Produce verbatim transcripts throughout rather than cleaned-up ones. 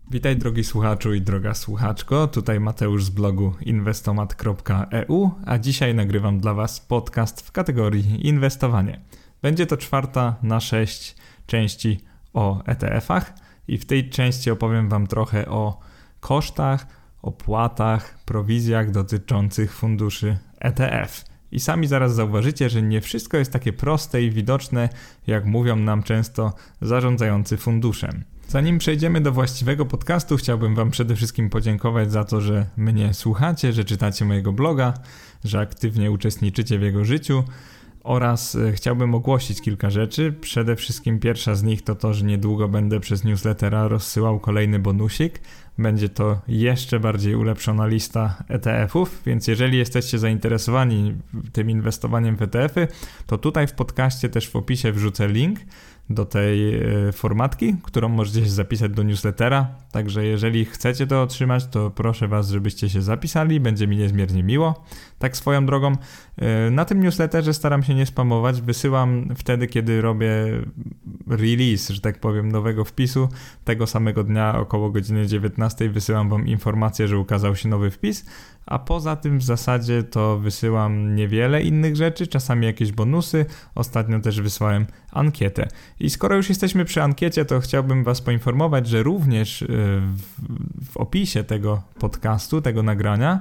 Witaj drogi słuchaczu i droga słuchaczko, tutaj Mateusz z blogu inwestomat kropka e u, a dzisiaj nagrywam dla Was podcast w kategorii inwestowanie. Będzie to czwarta na sześć części o E T F-ach i w tej części opowiem Wam trochę o kosztach, opłatach, prowizjach dotyczących funduszy E T F. I sami zaraz zauważycie, że nie wszystko jest takie proste i widoczne, jak mówią nam często zarządzający funduszem. Zanim przejdziemy do właściwego podcastu, chciałbym Wam przede wszystkim podziękować za to, że mnie słuchacie, że czytacie mojego bloga, że aktywnie uczestniczycie w jego życiu oraz chciałbym ogłosić kilka rzeczy. Przede wszystkim pierwsza z nich to to, że niedługo będę przez newslettera rozsyłał kolejny bonusik. Będzie to jeszcze bardziej ulepszona lista E T F-ów, więc jeżeli jesteście zainteresowani tym inwestowaniem w E T F-y, to tutaj w podcaście też w opisie wrzucę link do tej formatki, którą możecie się zapisać do newslettera. Także jeżeli chcecie to otrzymać, to proszę Was, żebyście się zapisali. Będzie mi niezmiernie miło. Tak swoją drogą, na tym newsletterze staram się nie spamować. Wysyłam wtedy, kiedy robię release, że tak powiem, nowego wpisu. Tego samego dnia około godziny dziewiętnastej wysyłam Wam informację, że ukazał się nowy wpis. A poza tym w zasadzie to wysyłam niewiele innych rzeczy, czasami jakieś bonusy. Ostatnio też wysłałem ankietę. I skoro już jesteśmy przy ankiecie, to chciałbym Was poinformować, że również w, w opisie tego podcastu, tego nagrania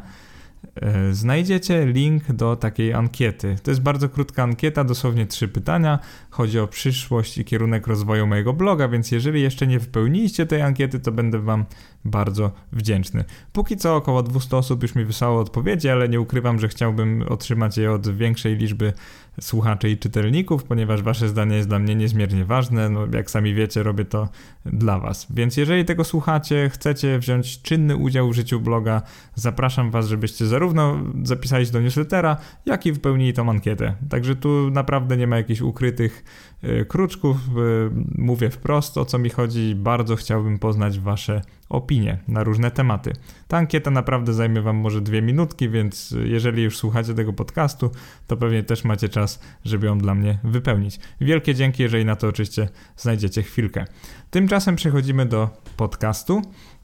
znajdziecie link do takiej ankiety. To jest bardzo krótka ankieta, dosłownie trzy pytania. Chodzi o przyszłość i kierunek rozwoju mojego bloga, więc jeżeli jeszcze nie wypełniliście tej ankiety, to będę Wam bardzo wdzięczny. Póki co około dwieście osób już mi wysłało odpowiedzi, ale nie ukrywam, że chciałbym otrzymać je od większej liczby słuchaczy i czytelników, ponieważ Wasze zdanie jest dla mnie niezmiernie ważne. No, jak sami wiecie, robię to dla Was. Więc jeżeli tego słuchacie, chcecie wziąć czynny udział w życiu bloga, zapraszam Was, żebyście zarówno zapisali się do newslettera, jak i wypełnili tą ankietę. Także tu naprawdę nie ma jakichś ukrytych y, kruczków. Y, mówię wprost, o co mi chodzi. Bardzo chciałbym poznać Wasze opinie na różne tematy. Ta ankieta naprawdę zajmie Wam może dwie minutki, więc jeżeli już słuchacie tego podcastu, to pewnie też macie czas, żeby ją dla mnie wypełnić. Wielkie dzięki, jeżeli na to oczywiście znajdziecie chwilkę. Tymczasem przechodzimy do podcastu.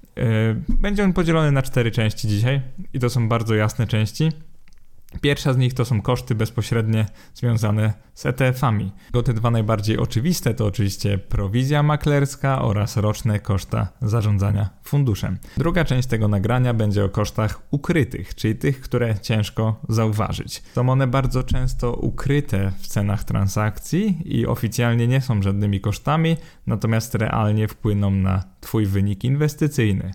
Będzie on podzielony na cztery części dzisiaj i to są bardzo jasne części. Pierwsza z nich to są koszty bezpośrednie związane z E T F-ami. Te dwa najbardziej oczywiste to oczywiście prowizja maklerska oraz roczne koszta zarządzania funduszem. Druga część tego nagrania będzie o kosztach ukrytych, czyli tych, które ciężko zauważyć. Są one bardzo często ukryte w cenach transakcji i oficjalnie nie są żadnymi kosztami, natomiast realnie wpłyną na Twój wynik inwestycyjny.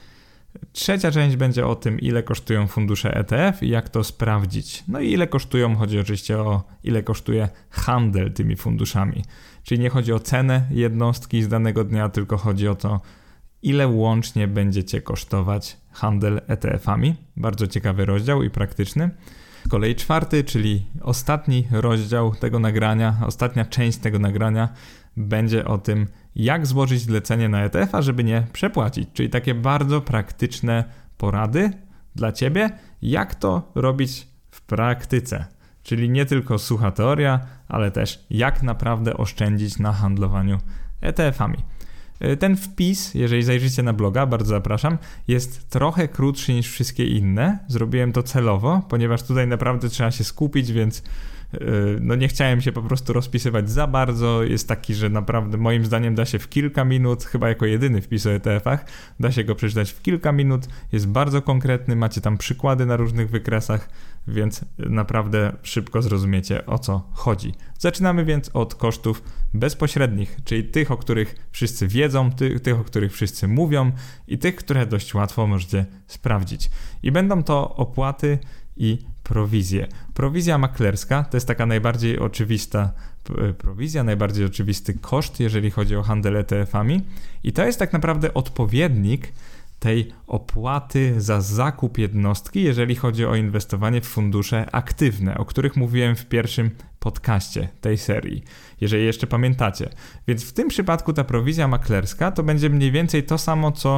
Trzecia część będzie o tym, ile kosztują fundusze E T F i jak to sprawdzić. No i ile kosztują, chodzi oczywiście o ile kosztuje handel tymi funduszami. Czyli nie chodzi o cenę jednostki z danego dnia, tylko chodzi o to, ile łącznie będzie Cię kosztować handel E T F-ami. Bardzo ciekawy rozdział i praktyczny. Z kolei czwarty, czyli ostatni rozdział tego nagrania, ostatnia część tego nagrania będzie o tym, jak złożyć zlecenie na E T F-a, żeby nie przepłacić. Czyli takie bardzo praktyczne porady dla Ciebie, jak to robić w praktyce. Czyli nie tylko sucha teoria, ale też jak naprawdę oszczędzić na handlowaniu E T F-ami. Ten wpis, jeżeli zajrzycie na bloga, bardzo zapraszam, jest trochę krótszy niż wszystkie inne. Zrobiłem to celowo, ponieważ tutaj naprawdę trzeba się skupić, więc no nie chciałem się po prostu rozpisywać za bardzo. Jest taki, że naprawdę moim zdaniem da się w kilka minut, chyba jako jedyny wpis o E T F-ach, da się go przeczytać w kilka minut. Jest bardzo konkretny, macie tam przykłady na różnych wykresach, więc naprawdę szybko zrozumiecie, o co chodzi. Zaczynamy więc od kosztów bezpośrednich, czyli tych, o których wszyscy wiedzą, tych, tych, o których wszyscy mówią i tych, które dość łatwo możecie sprawdzić. I będą to opłaty i prowizje. Prowizja maklerska to jest taka najbardziej oczywista prowizja, najbardziej oczywisty koszt, jeżeli chodzi o handel E T F-ami i to jest tak naprawdę odpowiednik tej opłaty za zakup jednostki, jeżeli chodzi o inwestowanie w fundusze aktywne, o których mówiłem w pierwszym podcaście tej serii, jeżeli jeszcze pamiętacie. Więc w tym przypadku ta prowizja maklerska to będzie mniej więcej to samo, co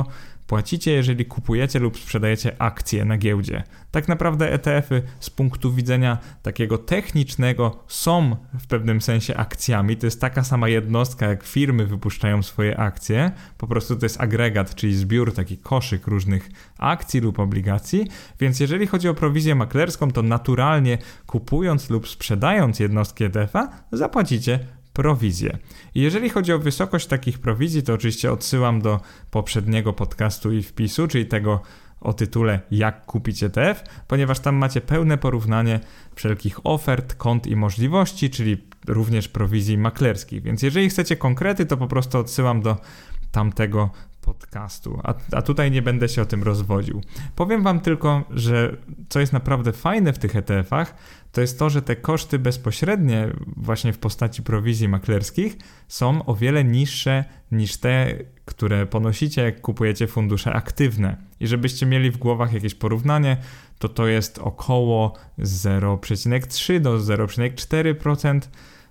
płacicie, jeżeli kupujecie lub sprzedajecie akcje na giełdzie. Tak naprawdę E T F-y z punktu widzenia takiego technicznego są w pewnym sensie akcjami. To jest taka sama jednostka, jak firmy wypuszczają swoje akcje. Po prostu to jest agregat, czyli zbiór, taki koszyk różnych akcji lub obligacji. Więc jeżeli chodzi o prowizję maklerską, to naturalnie kupując lub sprzedając jednostki E T F-a, zapłacicie prowizję. I jeżeli chodzi o wysokość takich prowizji, to oczywiście odsyłam do poprzedniego podcastu i wpisu, czyli tego o tytule Jak kupić E T F, ponieważ tam macie pełne porównanie wszelkich ofert, kont i możliwości, czyli również prowizji maklerskich. Więc jeżeli chcecie konkrety, to po prostu odsyłam do tamtego podcastu, a, a tutaj nie będę się o tym rozwodził. Powiem wam tylko, że co jest naprawdę fajne w tych E T F-ach, to jest to, że te koszty bezpośrednie właśnie w postaci prowizji maklerskich są o wiele niższe niż te, które ponosicie, jak kupujecie fundusze aktywne. I żebyście mieli w głowach jakieś porównanie, to to jest około zero przecinek trzy do zero przecinek cztery procent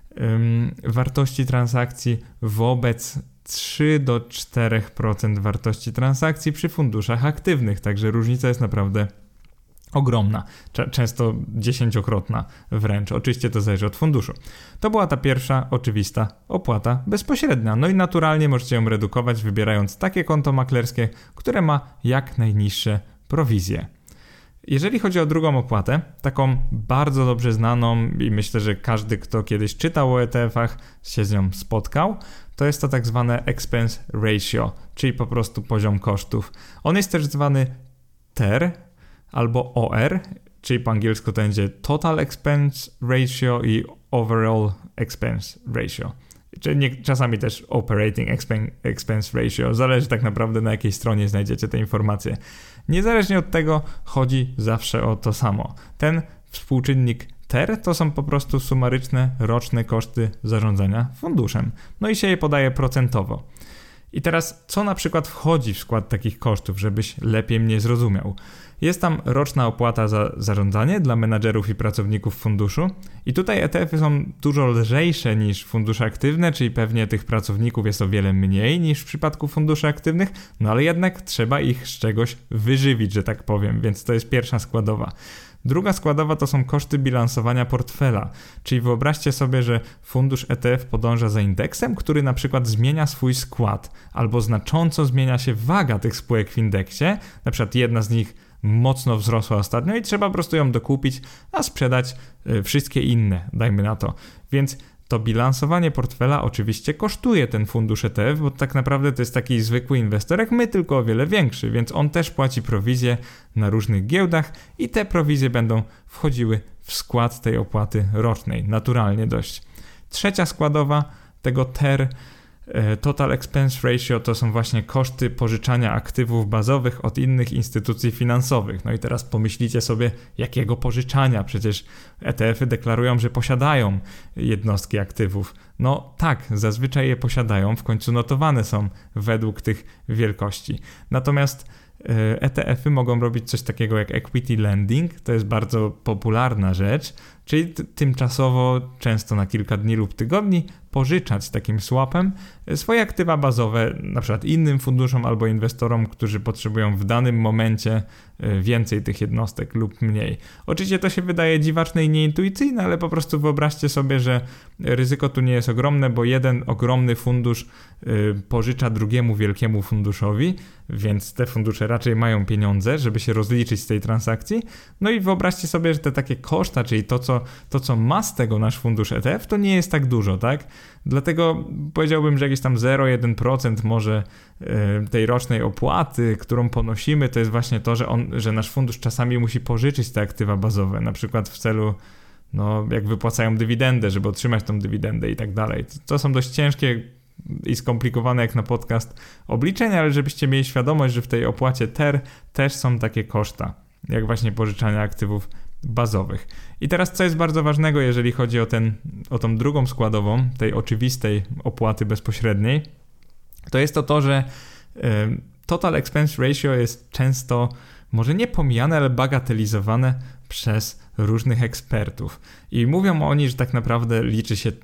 ym, wartości transakcji wobec trzy do czterech procent wartości transakcji przy funduszach aktywnych, także różnica jest naprawdę ogromna, często dziesięciokrotna wręcz. Oczywiście to zależy od funduszu. To była ta pierwsza oczywista opłata bezpośrednia. No i naturalnie możecie ją redukować, wybierając takie konto maklerskie, które ma jak najniższe prowizje. Jeżeli chodzi o drugą opłatę, taką bardzo dobrze znaną i myślę, że każdy, kto kiedyś czytał o E T F-ach, się z nią spotkał, to jest to tak zwane expense ratio, czyli po prostu poziom kosztów. On jest też zwany T E R albo O R, czyli po angielsku to będzie Total Expense Ratio i Overall Expense Ratio. Czyli nie, czasami też Operating Expense Ratio. Zależy tak naprawdę, na jakiej stronie znajdziecie te informacje. Niezależnie od tego chodzi zawsze o to samo. Ten współczynnik T E R to są po prostu sumaryczne roczne koszty zarządzania funduszem. No i się je podaje procentowo. I teraz co na przykład wchodzi w skład takich kosztów, żebyś lepiej mnie zrozumiał? Jest tam roczna opłata za zarządzanie dla menadżerów i pracowników funduszu i tutaj E T F-y są dużo lżejsze niż fundusze aktywne, czyli pewnie tych pracowników jest o wiele mniej niż w przypadku funduszy aktywnych, no ale jednak trzeba ich z czegoś wyżywić, że tak powiem, więc to jest pierwsza składowa. Druga składowa to są koszty bilansowania portfela, czyli wyobraźcie sobie, że fundusz E T F podąża za indeksem, który na przykład zmienia swój skład albo znacząco zmienia się waga tych spółek w indeksie, na przykład jedna z nich mocno wzrosła ostatnio i trzeba po prostu ją dokupić, a sprzedać y, wszystkie inne, dajmy na to. Więc to bilansowanie portfela oczywiście kosztuje ten fundusz E T F, bo tak naprawdę to jest taki zwykły inwestor jak my, tylko o wiele większy, więc on też płaci prowizje na różnych giełdach i te prowizje będą wchodziły w skład tej opłaty rocznej, naturalnie dość. Trzecia składowa tego T E R, Total Expense Ratio, to są właśnie koszty pożyczania aktywów bazowych od innych instytucji finansowych. No i teraz pomyślicie sobie, jakiego pożyczania? Przecież E T F-y deklarują, że posiadają jednostki aktywów. No tak, zazwyczaj je posiadają, w końcu notowane są według tych wielkości. Natomiast E T F-y mogą robić coś takiego jak equity lending, to jest bardzo popularna rzecz, czyli t- tymczasowo, często na kilka dni lub tygodni, pożyczać takim swapem swoje aktywa bazowe, na przykład innym funduszom albo inwestorom, którzy potrzebują w danym momencie więcej tych jednostek lub mniej. Oczywiście to się wydaje dziwaczne i nieintuicyjne, ale po prostu wyobraźcie sobie, że ryzyko tu nie jest ogromne, bo jeden ogromny fundusz pożycza drugiemu wielkiemu funduszowi, więc te fundusze raczej mają pieniądze, żeby się rozliczyć z tej transakcji. No i wyobraźcie sobie, że te takie koszta, czyli to, co, to, co ma z tego nasz fundusz E T F, to nie jest tak dużo, tak? Dlatego powiedziałbym, że jakieś tam zero przecinek jeden procent może tej rocznej opłaty, którą ponosimy, to jest właśnie to, że, on, że nasz fundusz czasami musi pożyczyć te aktywa bazowe, na przykład w celu, no jak wypłacają dywidendę, żeby otrzymać tą dywidendę i tak dalej. To są dość ciężkie i skomplikowane jak na podcast obliczenia, ale żebyście mieli świadomość, że w tej opłacie T E R też są takie koszta, jak właśnie pożyczania aktywów bazowych. I teraz co jest bardzo ważnego, jeżeli chodzi o, ten, o tą drugą składową, tej oczywistej opłaty bezpośredniej, to jest to to, że y, Total Expense Ratio jest często, może nie pomijane, ale bagatelizowane przez różnych ekspertów. I mówią oni, że tak naprawdę liczy się to,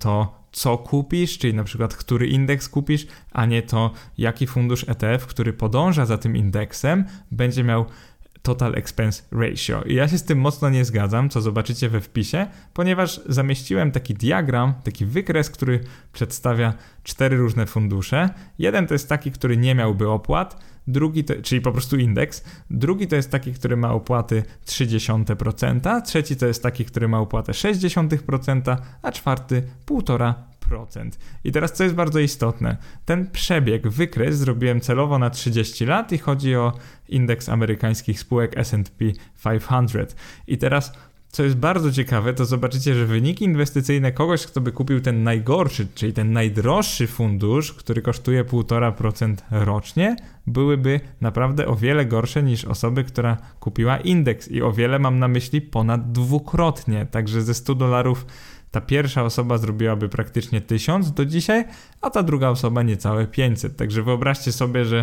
co kupisz, czyli na przykład który indeks kupisz, a nie to, jaki fundusz E T F, który podąża za tym indeksem, będzie miał Total Expense Ratio. I ja się z tym mocno nie zgadzam, co zobaczycie we wpisie, ponieważ zamieściłem taki diagram, taki wykres, który przedstawia cztery różne fundusze. Jeden to jest taki, który nie miałby opłat, drugi to, czyli po prostu indeks, drugi to jest taki, który ma opłaty trzy dziesiąte procent, trzeci to jest taki, który ma opłatę sześć dziesiątych procent, a czwarty półtora procent. I teraz co jest bardzo istotne, ten przebieg, wykres zrobiłem celowo na trzydzieści lat i chodzi o indeks amerykańskich spółek S and P pięćset. I teraz co jest bardzo ciekawe, to zobaczycie, że wyniki inwestycyjne kogoś, kto by kupił ten najgorszy, czyli ten najdroższy fundusz, który kosztuje półtora procent rocznie, byłyby naprawdę o wiele gorsze niż osoby, która kupiła indeks i o wiele mam na myśli ponad dwukrotnie. Także ze stu dolarów ta pierwsza osoba zrobiłaby praktycznie tysiąc do dzisiaj, a ta druga osoba niecałe pięćset. Także wyobraźcie sobie, że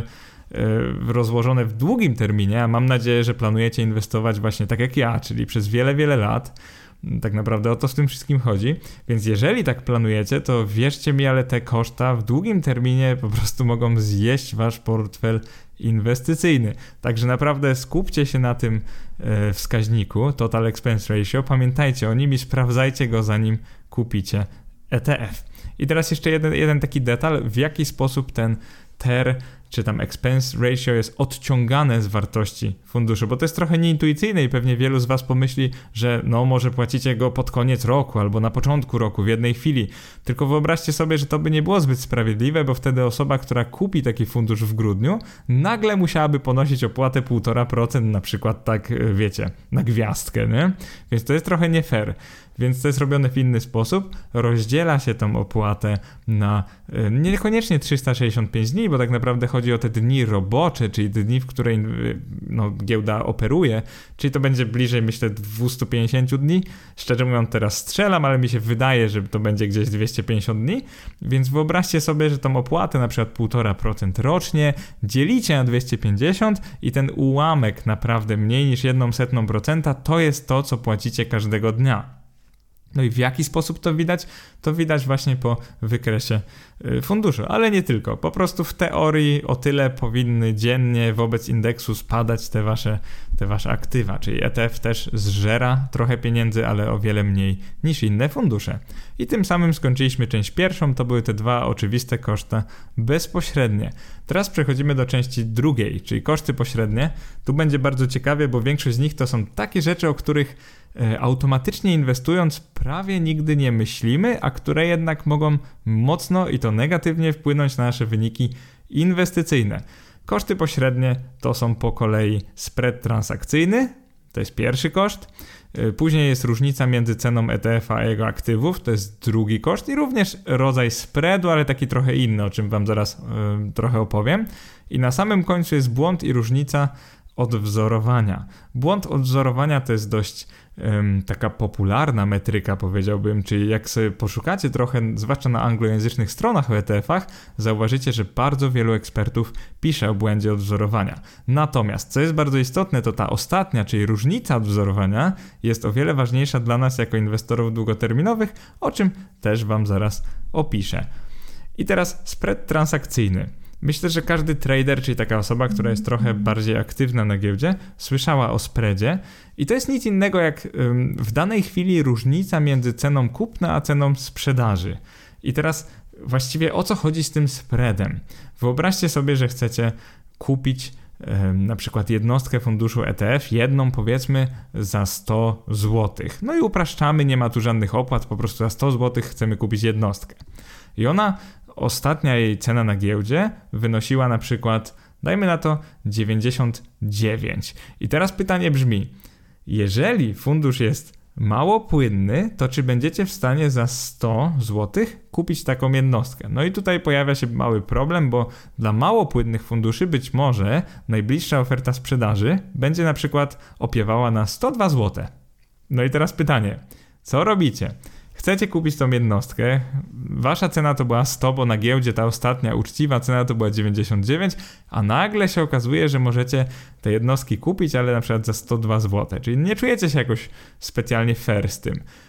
rozłożone w długim terminie, a mam nadzieję, że planujecie inwestować właśnie tak jak ja, czyli przez wiele, wiele lat. Tak naprawdę o to w tym wszystkim chodzi. Więc jeżeli tak planujecie, to wierzcie mi, ale te koszta w długim terminie po prostu mogą zjeść wasz portfel inwestycyjny. Także naprawdę skupcie się na tym e, wskaźniku Total Expense Ratio. Pamiętajcie o nim i sprawdzajcie go, zanim kupicie E T F. I teraz jeszcze jeden, jeden taki detal, w jaki sposób ten T E R czy tam expense ratio jest odciągane z wartości funduszu, bo to jest trochę nieintuicyjne i pewnie wielu z was pomyśli, że no może płacicie go pod koniec roku albo na początku roku, w jednej chwili. Tylko wyobraźcie sobie, że to by nie było zbyt sprawiedliwe, bo wtedy osoba, która kupi taki fundusz w grudniu, nagle musiałaby ponosić opłatę półtora procent na przykład, tak wiecie, na gwiazdkę, nie? Więc to jest trochę nie fair. Więc to jest robione w inny sposób. Rozdziela się tą opłatę na y, niekoniecznie trzysta sześćdziesiąt pięć dni, bo tak naprawdę chodzi o te dni robocze, czyli dni, w której y, no, giełda operuje, czyli to będzie bliżej, myślę, dwieście pięćdziesiąt dni. Szczerze mówiąc, teraz strzelam, ale mi się wydaje, że to będzie gdzieś dwieście pięćdziesiąt dni, więc wyobraźcie sobie, że tą opłatę na przykład półtora procent rocznie dzielicie na dwieście pięćdziesiąt i ten ułamek naprawdę mniej niż jedną setną procenta to jest to, co płacicie każdego dnia. No i w jaki sposób to widać? To widać właśnie po wykresie funduszu, ale nie tylko. Po prostu w teorii o tyle powinny dziennie wobec indeksu spadać te wasze, te wasze aktywa, czyli E T F też zżera trochę pieniędzy, ale o wiele mniej niż inne fundusze. I tym samym skończyliśmy część pierwszą, to były te dwa oczywiste koszta bezpośrednie. Teraz przechodzimy do części drugiej, czyli koszty pośrednie. Tu będzie bardzo ciekawie, bo większość z nich to są takie rzeczy, o których e, automatycznie inwestując prawie nigdy nie myślimy, a które jednak mogą mocno i to negatywnie wpłynąć na nasze wyniki inwestycyjne. Koszty pośrednie to są po kolei spread transakcyjny, to jest pierwszy koszt. Później jest różnica między ceną E T F a jego aktywów, to jest drugi koszt i również rodzaj spreadu, ale taki trochę inny, o czym wam zaraz y, trochę opowiem. I na samym końcu jest błąd i różnica odwzorowania. Błąd odwzorowania to jest dość um, taka popularna metryka, powiedziałbym, czyli jak sobie poszukacie trochę, zwłaszcza na anglojęzycznych stronach o E T F-ach, zauważycie, że bardzo wielu ekspertów pisze o błędzie odwzorowania. Natomiast, co jest bardzo istotne, to ta ostatnia, czyli różnica odwzorowania jest o wiele ważniejsza dla nas jako inwestorów długoterminowych, o czym też wam zaraz opiszę. I teraz spread transakcyjny. Myślę, że każdy trader, czyli taka osoba, która jest trochę bardziej aktywna na giełdzie, słyszała o spreadzie i to jest nic innego jak ym, w danej chwili różnica między ceną kupna a ceną sprzedaży. I teraz właściwie o co chodzi z tym spreadem? Wyobraźcie sobie, że chcecie kupić ym, na przykład jednostkę funduszu E T F, jedną powiedzmy za sto złotych. No i upraszczamy, nie ma tu żadnych opłat, po prostu za sto złotych chcemy kupić jednostkę. I ona ostatnia jej cena na giełdzie wynosiła na przykład, dajmy na to, dziewięćdziesiąt dziewięć. I teraz pytanie brzmi, jeżeli fundusz jest mało płynny, to czy będziecie w stanie za sto złotych kupić taką jednostkę? No i tutaj pojawia się mały problem, bo dla mało płynnych funduszy być może najbliższa oferta sprzedaży będzie na przykład opiewała na sto dwa złote. No i teraz pytanie, co robicie? Chcecie kupić tą jednostkę, wasza cena to była sto, bo na giełdzie ta ostatnia uczciwa cena to była dziewięćdziesiąt dziewięć, a nagle się okazuje, że możecie te jednostki kupić, ale na przykład za sto dwa złote, czyli nie czujecie się jakoś specjalnie fair z tym.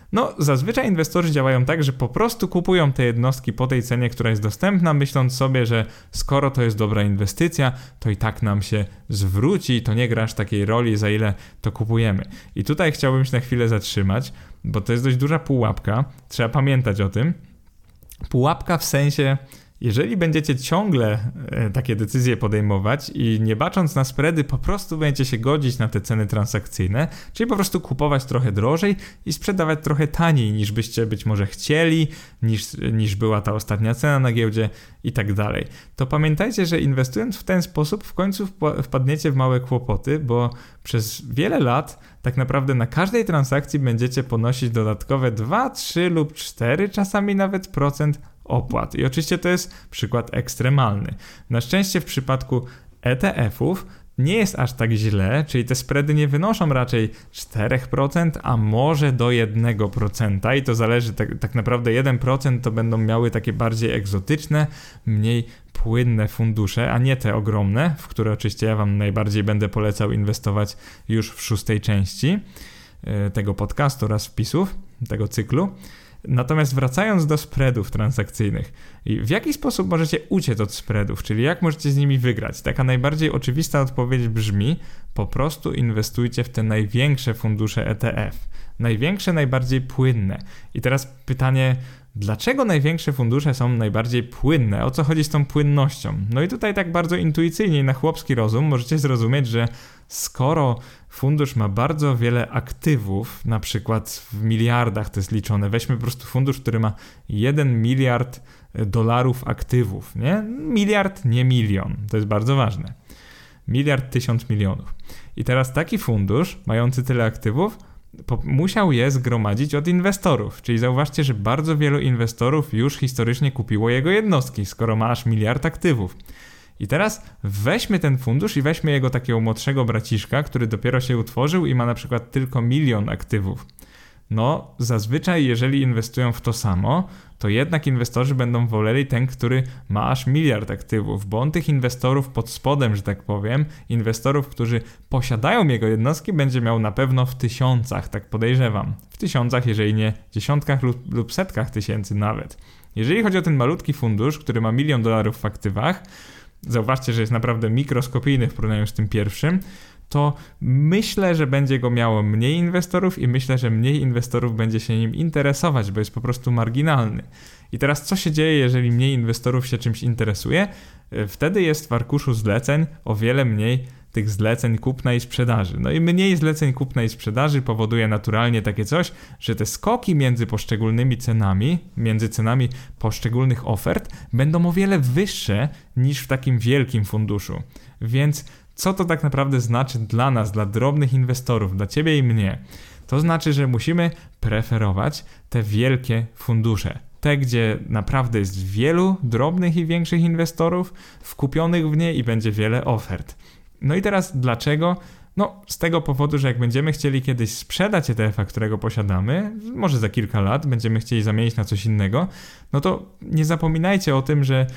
No, zazwyczaj inwestorzy działają tak, że po prostu kupują te jednostki po tej cenie, która jest dostępna, myśląc sobie, że skoro to jest dobra inwestycja, to i tak nam się zwróci, to nie gra aż takiej roli, za ile to kupujemy. I tutaj chciałbym się na chwilę zatrzymać, bo to jest dość duża pułapka, trzeba pamiętać o tym. Pułapka w sensie, jeżeli będziecie ciągle e, takie decyzje podejmować i nie bacząc na spready, po prostu będziecie się godzić na te ceny transakcyjne, czyli po prostu kupować trochę drożej i sprzedawać trochę taniej niż byście być może chcieli, niż, niż była ta ostatnia cena na giełdzie i tak dalej. To pamiętajcie, że inwestując w ten sposób w końcu wpadniecie w małe kłopoty, bo przez wiele lat tak naprawdę na każdej transakcji będziecie ponosić dodatkowe dwa, trzy lub cztery czasami nawet procent opłat. I oczywiście to jest przykład ekstremalny. Na szczęście w przypadku E T F-ów nie jest aż tak źle, czyli te spready nie wynoszą raczej cztery procent, a może do jeden procent i to zależy, tak, tak naprawdę jeden procent to będą miały takie bardziej egzotyczne, mniej płynne fundusze, a nie te ogromne, w które oczywiście ja wam najbardziej będę polecał inwestować już w szóstej części tego podcastu oraz wpisów, tego cyklu. Natomiast wracając do spreadów transakcyjnych, i w jaki sposób możecie uciec od spreadów, czyli jak możecie z nimi wygrać? Taka najbardziej oczywista odpowiedź brzmi: po prostu inwestujcie w te największe fundusze E T F. Największe, najbardziej płynne. I teraz pytanie, dlaczego największe fundusze są najbardziej płynne? O co chodzi z tą płynnością? No i tutaj tak bardzo intuicyjnie i na chłopski rozum możecie zrozumieć, że skoro fundusz ma bardzo wiele aktywów, na przykład w miliardach to jest liczone, weźmy po prostu fundusz, który ma jeden miliard dolarów aktywów, nie? Miliard, nie milion, to jest bardzo ważne. Miliard, tysiąc milionów. I teraz taki fundusz, mający tyle aktywów, po, musiał je zgromadzić od inwestorów, czyli zauważcie, że bardzo wielu inwestorów już historycznie kupiło jego jednostki, skoro ma aż miliard aktywów. I teraz weźmy ten fundusz i weźmy jego takiego młodszego braciszka, który dopiero się utworzył i ma na przykład tylko milion aktywów. No, zazwyczaj jeżeli inwestują w to samo, to jednak inwestorzy będą woleli ten, który ma aż miliard aktywów, bo on tych inwestorów pod spodem, że tak powiem, inwestorów, którzy posiadają jego jednostki, będzie miał na pewno w tysiącach, tak podejrzewam. W tysiącach, jeżeli nie dziesiątkach lub, lub setkach tysięcy nawet. Jeżeli chodzi o ten malutki fundusz, który ma milion dolarów w aktywach, zauważcie, że jest naprawdę mikroskopijny w porównaniu z tym pierwszym, to myślę, że będzie go miało mniej inwestorów i myślę, że mniej inwestorów będzie się nim interesować, bo jest po prostu marginalny. I teraz co się dzieje, jeżeli mniej inwestorów się czymś interesuje? Wtedy jest w arkuszu zleceń o wiele mniej tych zleceń kupna i sprzedaży. No i mniej zleceń kupna i sprzedaży powoduje naturalnie takie coś, że te skoki między poszczególnymi cenami, między cenami poszczególnych ofert będą o wiele wyższe niż w takim wielkim funduszu. Więc co to tak naprawdę znaczy dla nas, dla drobnych inwestorów, dla ciebie i mnie? To znaczy, że musimy preferować te wielkie fundusze. Te, gdzie naprawdę jest wielu drobnych i większych inwestorów wkupionych w nie i będzie wiele ofert. No i teraz dlaczego? No z tego powodu, że jak będziemy chcieli kiedyś sprzedać E T F-a, którego posiadamy, może za kilka lat będziemy chcieli zamienić na coś innego, no to nie zapominajcie o tym, że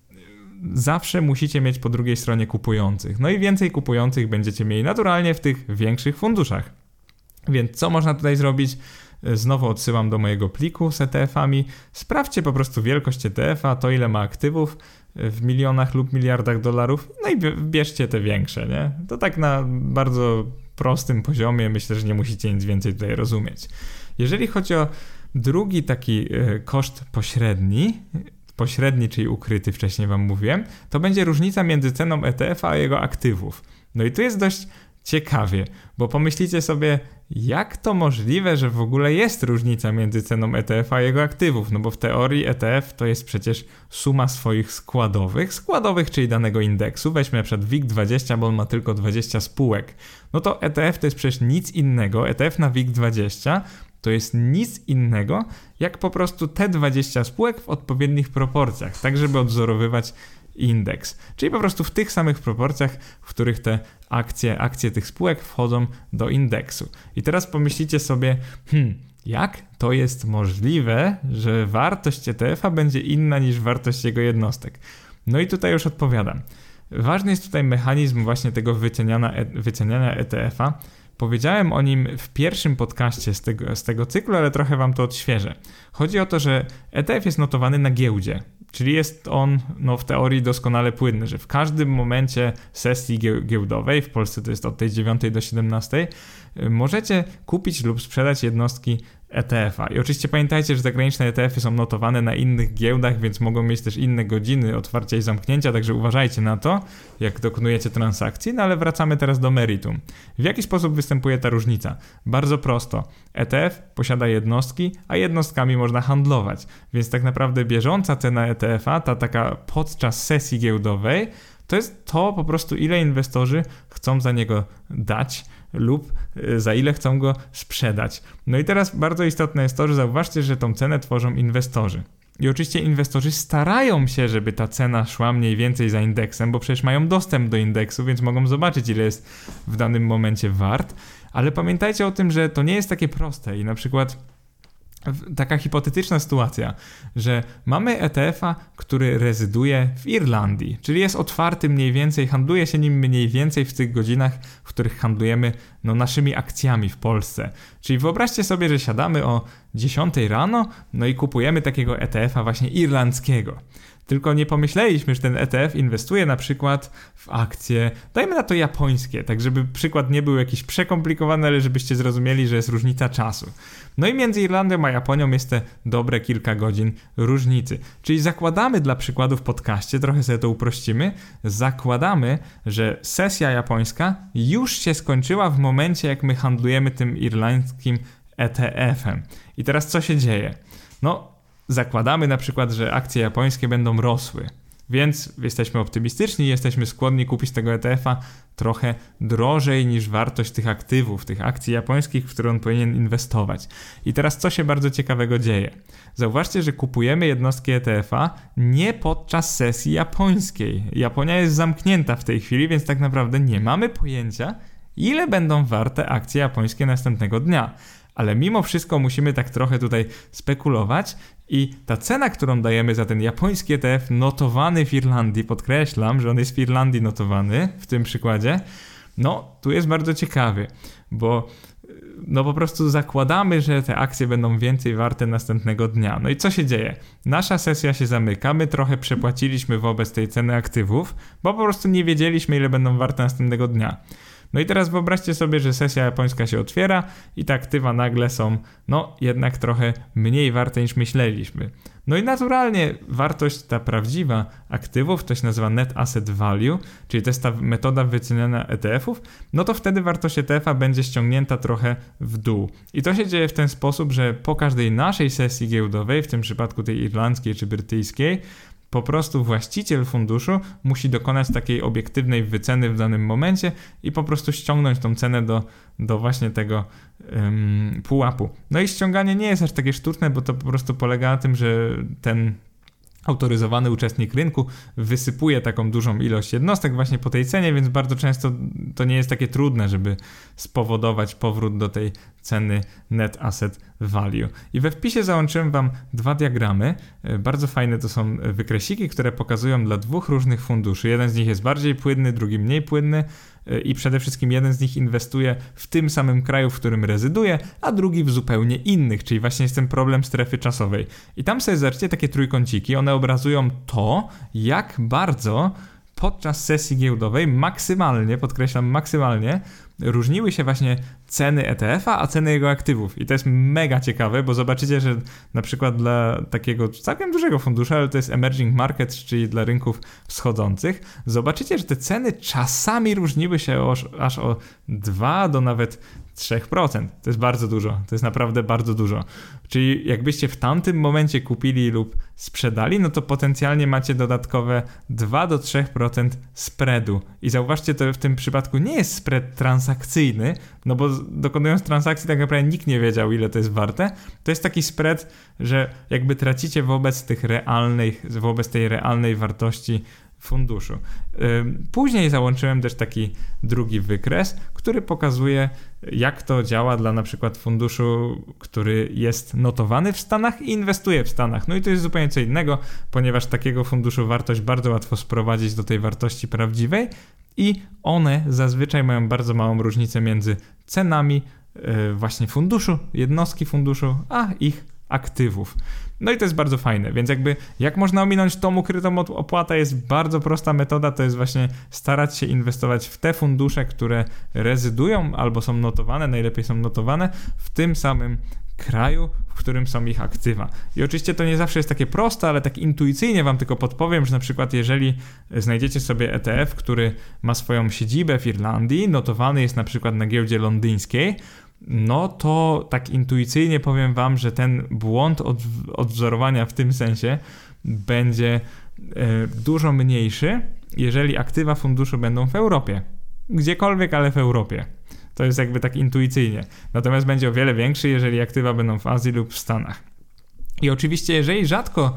zawsze musicie mieć po drugiej stronie kupujących. No i więcej kupujących będziecie mieli naturalnie w tych większych funduszach. Więc co można tutaj zrobić? Znowu odsyłam do mojego pliku z E T F-ami. Sprawdźcie po prostu wielkość E T F-a, to ile ma aktywów w milionach lub miliardach dolarów, no i bierzcie te większe, nie? To tak na bardzo prostym poziomie, myślę, że nie musicie nic więcej tutaj rozumieć. Jeżeli chodzi o drugi taki koszt pośredni, pośredni, czyli ukryty, wcześniej wam mówiłem, to będzie różnica między ceną E T F-a a jego aktywów. No i tu jest dość ciekawie, bo pomyślicie sobie, jak to możliwe, że w ogóle jest różnica między ceną E T F-a a jego aktywów, no bo w teorii E T F to jest przecież suma swoich składowych, składowych, czyli danego indeksu, weźmy na przykład W I G dwadzieścia, bo on ma tylko dwadzieścia spółek, no to E T F to jest przecież nic innego, E T F na W I G dwadzieścia to jest nic innego, jak po prostu te dwadzieścia spółek w odpowiednich proporcjach, tak żeby odwzorowywać indeks. Czyli po prostu w tych samych proporcjach, w których te akcje, akcje tych spółek wchodzą do indeksu. I teraz pomyślicie sobie, hmm, jak to jest możliwe, że wartość E T F-a będzie inna niż wartość jego jednostek? No i tutaj już odpowiadam. Ważny jest tutaj mechanizm właśnie tego wyceniania, wyceniania E T F-a Powiedziałem o nim w pierwszym podcaście z tego, z tego cyklu, ale trochę wam to odświeżę. Chodzi o to, że E T F jest notowany na giełdzie, czyli jest on no, w teorii doskonale płynny, że w każdym momencie sesji giełdowej, w Polsce to jest od tej dziewiątej do siedemnastej, możecie kupić lub sprzedać jednostki E T F a. I oczywiście pamiętajcie, że zagraniczne E T F y są notowane na innych giełdach, więc mogą mieć też inne godziny otwarcia i zamknięcia, także uważajcie na to, jak dokonujecie transakcji, no ale wracamy teraz do meritum. W jaki sposób występuje ta różnica? Bardzo prosto. E T F posiada jednostki, a jednostkami można handlować, więc tak naprawdę bieżąca cena E T F a, ta taka podczas sesji giełdowej, to jest to po prostu, ile inwestorzy chcą za niego dać lub za ile chcą go sprzedać. No i teraz bardzo istotne jest to, że zauważcie, że tą cenę tworzą inwestorzy. I oczywiście inwestorzy starają się, żeby ta cena szła mniej więcej za indeksem, bo przecież mają dostęp do indeksu, więc mogą zobaczyć, ile jest w danym momencie wart. Ale pamiętajcie o tym, że to nie jest takie proste i na przykład taka hipotetyczna sytuacja, że mamy E T F a, który rezyduje w Irlandii, czyli jest otwarty mniej więcej, handluje się nim mniej więcej w tych godzinach, w których handlujemy no, naszymi akcjami w Polsce. Czyli wyobraźcie sobie, że siadamy o dziesiątej rano, no i kupujemy takiego E T F a właśnie irlandzkiego. Tylko nie pomyśleliśmy, że ten E T F inwestuje na przykład w akcje, dajmy na to japońskie, tak żeby przykład nie był jakiś przekomplikowany, ale żebyście zrozumieli, że jest różnica czasu. No i między Irlandią a Japonią jest te dobre kilka godzin różnicy. Czyli zakładamy dla przykładu w podcaście, trochę sobie to uprościmy, zakładamy, że sesja japońska już się skończyła w momencie, jak my handlujemy tym irlandzkim E T F em. I teraz co się dzieje? No, zakładamy na przykład, że akcje japońskie będą rosły, więc jesteśmy optymistyczni i jesteśmy skłonni kupić tego E T F a trochę drożej niż wartość tych aktywów, tych akcji japońskich, w które on powinien inwestować. I teraz co się bardzo ciekawego dzieje? Zauważcie, że kupujemy jednostki E T F a nie podczas sesji japońskiej. Japonia jest zamknięta w tej chwili, więc tak naprawdę nie mamy pojęcia, ile będą warte akcje japońskie następnego dnia. Ale mimo wszystko musimy tak trochę tutaj spekulować i ta cena, którą dajemy za ten japoński E T F notowany w Irlandii, podkreślam, że on jest w Irlandii notowany w tym przykładzie, no tu jest bardzo ciekawy, bo no po prostu zakładamy, że te akcje będą więcej warte następnego dnia. No i co się dzieje? Nasza sesja się zamyka, my trochę przepłaciliśmy wobec tej ceny aktywów, bo po prostu nie wiedzieliśmy, ile będą warte następnego dnia. No i teraz wyobraźcie sobie, że sesja japońska się otwiera i te aktywa nagle są, no jednak trochę mniej warte niż myśleliśmy. No i naturalnie wartość ta prawdziwa aktywów, to się nazywa Net Asset Value, czyli to jest ta metoda wyceniania E T F ów, no to wtedy wartość E T F a będzie ściągnięta trochę w dół. I to się dzieje w ten sposób, że po każdej naszej sesji giełdowej, w tym przypadku tej irlandzkiej czy brytyjskiej, po prostu właściciel funduszu musi dokonać takiej obiektywnej wyceny w danym momencie i po prostu ściągnąć tą cenę do, do właśnie tego um, pułapu. No i ściąganie nie jest aż takie sztuczne, bo to po prostu polega na tym, że ten autoryzowany uczestnik rynku wysypuje taką dużą ilość jednostek właśnie po tej cenie, więc bardzo często to nie jest takie trudne, żeby spowodować powrót do tej ceny Net Asset Value. I we wpisie załączyłem wam dwa diagramy. Bardzo fajne to są wykresiki, które pokazują dla dwóch różnych funduszy. Jeden z nich jest bardziej płynny, drugi mniej płynny i przede wszystkim jeden z nich inwestuje w tym samym kraju, w którym rezyduje, a drugi w zupełnie innych, czyli właśnie jest ten problem strefy czasowej. I tam sobie zobaczcie takie trójkąciki, one obrazują to, jak bardzo podczas sesji giełdowej maksymalnie, podkreślam maksymalnie, różniły się właśnie ceny E T F a, a ceny jego aktywów. I to jest mega ciekawe, bo zobaczycie, że na przykład dla takiego całkiem dużego funduszu, ale to jest emerging markets, czyli dla rynków wschodzących, zobaczycie, że te ceny czasami różniły się o, aż o dwa do nawet trzy procent. To jest bardzo dużo. To jest naprawdę bardzo dużo. Czyli jakbyście w tamtym momencie kupili lub sprzedali, no to potencjalnie macie dodatkowe dwa do trzech procent spreadu. I zauważcie, to w tym przypadku nie jest spread transakcyjny, no bo dokonując transakcji tak naprawdę nikt nie wiedział, ile to jest warte. To jest taki spread, że jakby tracicie wobec tych realnych, wobec tej realnej wartości funduszu. Później załączyłem też taki drugi wykres, który pokazuje, jak to działa dla na przykład funduszu, który jest notowany w Stanach i inwestuje w Stanach. No i to jest zupełnie co innego, ponieważ takiego funduszu wartość bardzo łatwo sprowadzić do tej wartości prawdziwej i one zazwyczaj mają bardzo małą różnicę między cenami właśnie funduszu, jednostki funduszu, a ich aktywów. No i to jest bardzo fajne, więc jakby jak można ominąć tą ukrytą opłatę, jest bardzo prosta metoda, to jest właśnie starać się inwestować w te fundusze, które rezydują albo są notowane, najlepiej są notowane w tym samym kraju, w którym są ich aktywa. I oczywiście to nie zawsze jest takie proste, ale tak intuicyjnie wam tylko podpowiem, że na przykład jeżeli znajdziecie sobie E T F, który ma swoją siedzibę w Irlandii, notowany jest na przykład na giełdzie londyńskiej, no to tak intuicyjnie powiem wam, że ten błąd od, odwzorowania w tym sensie będzie e, dużo mniejszy, jeżeli aktywa funduszu będą w Europie. Gdziekolwiek, ale w Europie. To jest jakby tak intuicyjnie. Natomiast będzie o wiele większy, jeżeli aktywa będą w Azji lub w Stanach. I oczywiście, jeżeli rzadko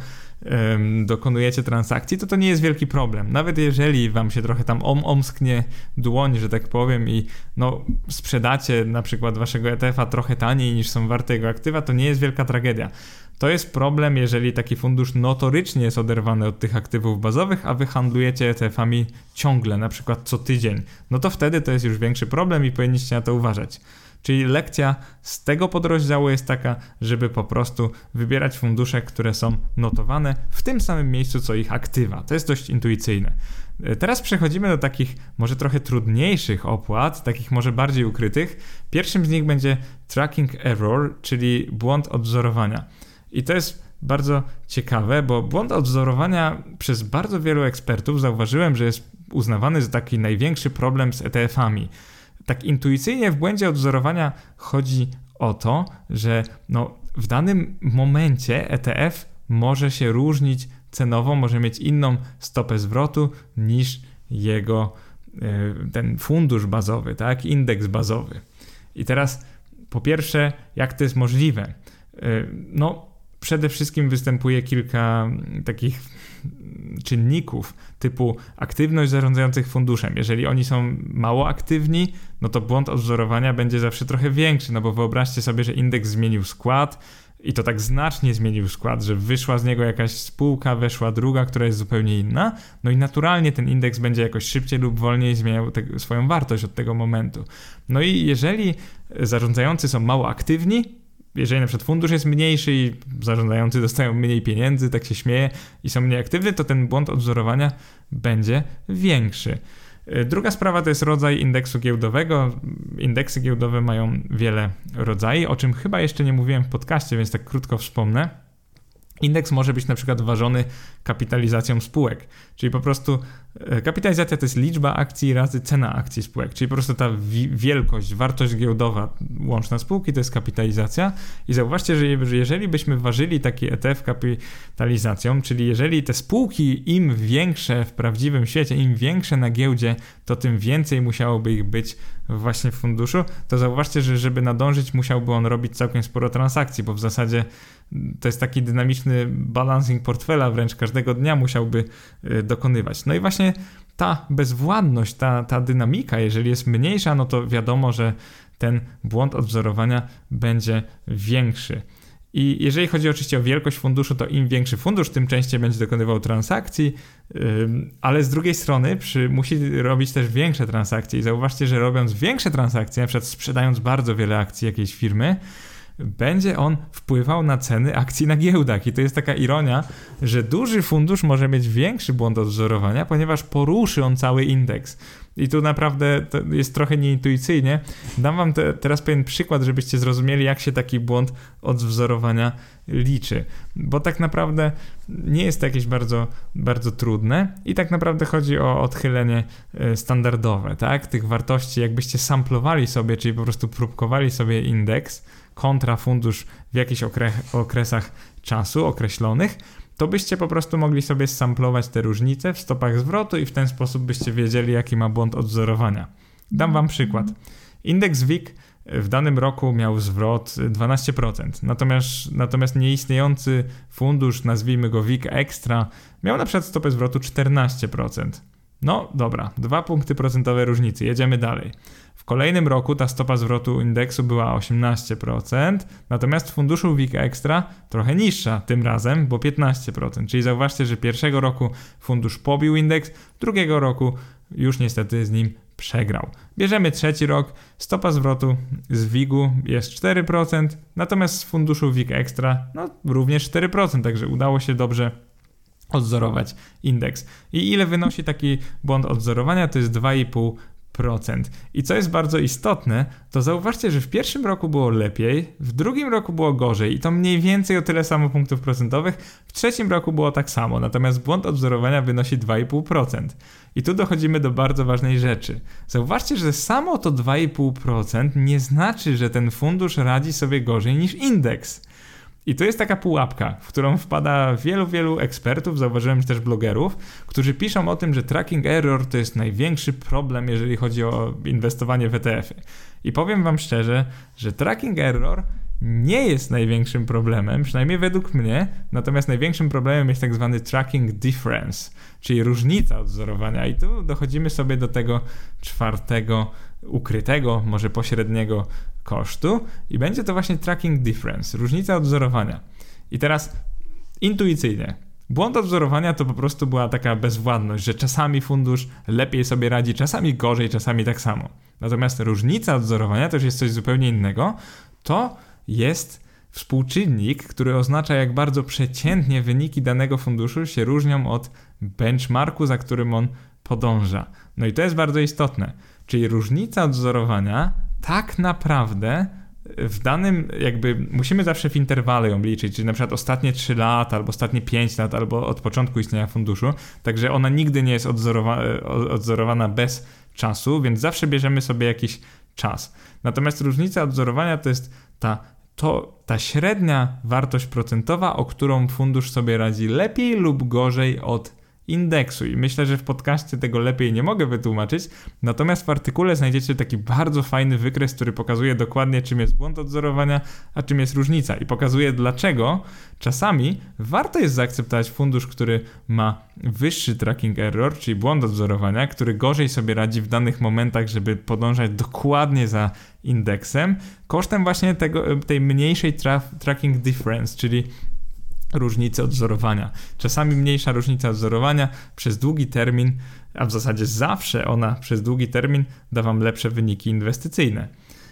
um, dokonujecie transakcji, to to nie jest wielki problem. Nawet jeżeli wam się trochę tam om, omsknie dłoń, że tak powiem, i no, sprzedacie na przykład waszego E T F a trochę taniej niż są warte jego aktywa, to nie jest wielka tragedia. To jest problem, jeżeli taki fundusz notorycznie jest oderwany od tych aktywów bazowych, a wy handlujecie E T F ami ciągle, na przykład co tydzień. No to wtedy to jest już większy problem i powinniście na to uważać. Czyli lekcja z tego podrozdziału jest taka, żeby po prostu wybierać fundusze, które są notowane w tym samym miejscu, co ich aktywa. To jest dość intuicyjne. Teraz przechodzimy do takich może trochę trudniejszych opłat, takich może bardziej ukrytych. Pierwszym z nich będzie tracking error, czyli błąd odwzorowania. I to jest bardzo ciekawe, bo błąd odwzorowania przez bardzo wielu ekspertów zauważyłem, że jest uznawany za taki największy problem z E T F ami. Tak intuicyjnie w błędzie odwzorowania chodzi o to, że no, w danym momencie E T F może się różnić cenowo, może mieć inną stopę zwrotu niż jego ten fundusz bazowy, tak, indeks bazowy. I teraz po pierwsze, jak to jest możliwe? No, przede wszystkim występuje kilka takich czynników typu aktywność zarządzających funduszem. Jeżeli oni są mało aktywni, no to błąd odwzorowania będzie zawsze trochę większy, no bo wyobraźcie sobie, że indeks zmienił skład i to tak znacznie zmienił skład, że wyszła z niego jakaś spółka, weszła druga, która jest zupełnie inna, no i naturalnie ten indeks będzie jakoś szybciej lub wolniej zmieniał te, swoją wartość od tego momentu. No i jeżeli zarządzający są mało aktywni, jeżeli na przykład fundusz jest mniejszy i zarządzający dostają mniej pieniędzy, tak się śmieje i są mniej aktywni, to ten błąd odwzorowania będzie większy. Druga sprawa to jest rodzaj indeksu giełdowego. Indeksy giełdowe mają wiele rodzajów, o czym chyba jeszcze nie mówiłem w podcaście, więc tak krótko wspomnę. Indeks może być na przykład ważony kapitalizacją spółek, czyli po prostu kapitalizacja to jest liczba akcji razy cena akcji spółek, czyli po prostu ta wi- wielkość, wartość giełdowa łączna spółki to jest kapitalizacja i zauważcie, że jeżeli byśmy ważyli taki E T F kapitalizacją, czyli jeżeli te spółki im większe w prawdziwym świecie, im większe na giełdzie, to tym więcej musiałoby ich być właśnie w funduszu, to zauważcie, że żeby nadążyć musiałby on robić całkiem sporo transakcji, bo w zasadzie to jest taki dynamiczny balancing portfela, wręcz każdego dnia musiałby dokonywać. No i właśnie ta bezwładność, ta, ta dynamika, jeżeli jest mniejsza, no to wiadomo, że ten błąd odwzorowania będzie większy. I jeżeli chodzi oczywiście o wielkość funduszu, to im większy fundusz, tym częściej będzie dokonywał transakcji, yy, ale z drugiej strony przy, musi robić też większe transakcje i zauważcie, że robiąc większe transakcje, na przykład sprzedając bardzo wiele akcji jakiejś firmy, będzie on wpływał na ceny akcji na giełdach. I to jest taka ironia, że duży fundusz może mieć większy błąd odwzorowania, ponieważ poruszy on cały indeks. I tu naprawdę to jest trochę nieintuicyjnie. Dam wam te, teraz pewien przykład, żebyście zrozumieli, jak się taki błąd odwzorowania liczy. Bo tak naprawdę nie jest to jakieś bardzo, bardzo trudne i tak naprawdę chodzi o odchylenie standardowe, tak? Tych wartości, jakbyście samplowali sobie, czyli po prostu próbkowali sobie indeks kontra fundusz w jakichś okre- okresach czasu określonych, to byście po prostu mogli sobie samplować te różnice w stopach zwrotu i w ten sposób byście wiedzieli, jaki ma błąd odwzorowania. Dam wam przykład. Indeks W I G w danym roku miał zwrot dwanaście procent. Natomiast, natomiast nieistniejący fundusz, nazwijmy go W I G Extra, miał na przykład stopę zwrotu czternaście procent. No dobra, dwa punkty procentowe różnicy, jedziemy dalej. W kolejnym roku ta stopa zwrotu indeksu była osiemnaście procent, natomiast w funduszu W I G Extra trochę niższa tym razem, bo piętnaście procent. Czyli zauważcie, że pierwszego roku fundusz pobił indeks, drugiego roku już niestety z nim przegrał. Bierzemy trzeci rok, stopa zwrotu z W I G-u jest cztery procent, natomiast z funduszu W I G Extra no również cztery procent, także udało się dobrze odzorować indeks. I ile wynosi taki błąd odzorowania? To jest dwa i pół procent. I co jest bardzo istotne, to zauważcie, że w pierwszym roku było lepiej, w drugim roku było gorzej i to mniej więcej o tyle samo punktów procentowych, w trzecim roku było tak samo, natomiast błąd odzorowania wynosi dwa i pół procent. I tu dochodzimy do bardzo ważnej rzeczy. Zauważcie, że samo to dwa i pół procent nie znaczy, że ten fundusz radzi sobie gorzej niż indeks. I to jest taka pułapka, w którą wpada wielu, wielu ekspertów, zauważyłem też blogerów, którzy piszą o tym, że tracking error to jest największy problem, jeżeli chodzi o inwestowanie w E T F-y. I powiem wam szczerze, że tracking error nie jest największym problemem, przynajmniej według mnie, natomiast największym problemem jest tak zwany tracking difference, czyli różnica odzorowania. I tu dochodzimy sobie do tego czwartego, ukrytego, może pośredniego kosztu i będzie to właśnie tracking difference, różnica odzorowania. I teraz intuicyjnie, błąd odzorowania to po prostu była taka bezwładność, że czasami fundusz lepiej sobie radzi, czasami gorzej, czasami tak samo. Natomiast różnica odzorowania to już jest coś zupełnie innego, to jest współczynnik, który oznacza, jak bardzo przeciętnie wyniki danego funduszu się różnią od benchmarku, za którym on podąża. No i to jest bardzo istotne. Czyli różnica odzorowania tak naprawdę w danym jakby, musimy zawsze w interwale ją liczyć, czyli na przykład ostatnie trzy lata, albo ostatnie pięć lat, albo od początku istnienia funduszu, także ona nigdy nie jest odzorowa- odzorowana bez czasu, więc zawsze bierzemy sobie jakiś czas. Natomiast różnica odzorowania to jest ta, to, ta średnia wartość procentowa, o którą fundusz sobie radzi lepiej lub gorzej od indeksu i myślę, że w podcaście tego lepiej nie mogę wytłumaczyć, natomiast w artykule znajdziecie taki bardzo fajny wykres, który pokazuje dokładnie, czym jest błąd odzorowania, a czym jest różnica i pokazuje, dlaczego czasami warto jest zaakceptować fundusz, który ma wyższy tracking error, czyli błąd odzorowania, który gorzej sobie radzi w danych momentach, żeby podążać dokładnie za indeksem, kosztem właśnie tego, tej mniejszej tra- tracking difference, czyli różnicy odzorowania. Czasami mniejsza różnica odzorowania przez długi termin, a w zasadzie zawsze ona przez długi termin da wam lepsze wyniki inwestycyjne.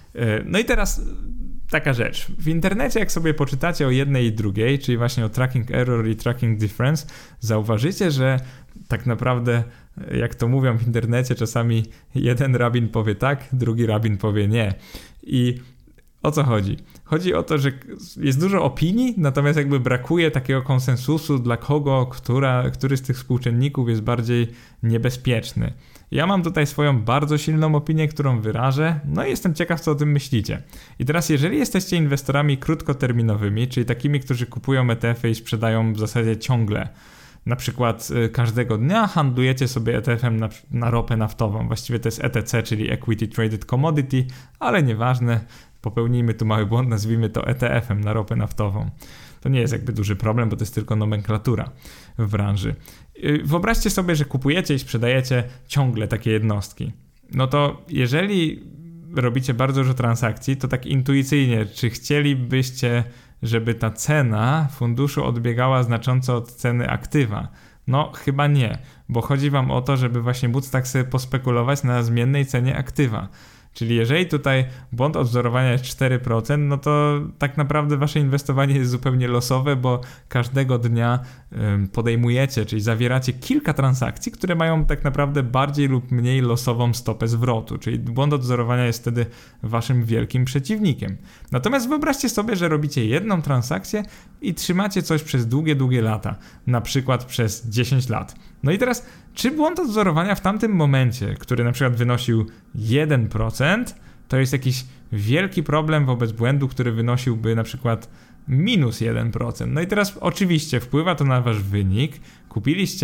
No i teraz taka rzecz. W internecie jak sobie poczytacie o jednej i drugiej, czyli właśnie o tracking error i tracking difference, zauważycie, że tak naprawdę, jak to mówią w internecie, czasami jeden rabin powie tak, drugi rabin powie nie. I o co chodzi? Chodzi o to, że jest dużo opinii, natomiast jakby brakuje takiego konsensusu, dla kogo, która, który z tych współczynników jest bardziej niebezpieczny. Ja mam tutaj swoją bardzo silną opinię, którą wyrażę, no i jestem ciekaw, co o tym myślicie. I teraz, jeżeli jesteście inwestorami krótkoterminowymi, czyli takimi, którzy kupują E T F-y i sprzedają w zasadzie ciągle, na przykład każdego dnia handlujecie sobie E T F-em na, na ropę naftową, właściwie to jest E T C, czyli Equity Traded Commodity, ale nieważne, popełnijmy tu mały błąd, nazwijmy to E T F-em na ropę naftową. To nie jest jakby duży problem, bo to jest tylko nomenklatura w branży. Wyobraźcie sobie, że kupujecie i sprzedajecie ciągle takie jednostki. No to jeżeli robicie bardzo dużo transakcji, to tak intuicyjnie, czy chcielibyście, żeby ta cena funduszu odbiegała znacząco od ceny aktywa? No chyba nie, bo chodzi wam o to, żeby właśnie móc tak sobie pospekulować na zmiennej cenie aktywa. Czyli jeżeli tutaj błąd odzorowania jest cztery procent, no to tak naprawdę wasze inwestowanie jest zupełnie losowe, bo każdego dnia podejmujecie, czyli zawieracie kilka transakcji, które mają tak naprawdę bardziej lub mniej losową stopę zwrotu, czyli błąd odzorowania jest wtedy waszym wielkim przeciwnikiem. Natomiast wyobraźcie sobie, że robicie jedną transakcję i trzymacie coś przez długie, długie lata, na przykład przez dziesięć lat. No i teraz, czy błąd odzorowania w tamtym momencie, który na przykład wynosił jeden procent, to jest jakiś wielki problem wobec błędu, który wynosiłby na przykład minus jeden procent. No i teraz oczywiście wpływa to na wasz wynik. Kupiliście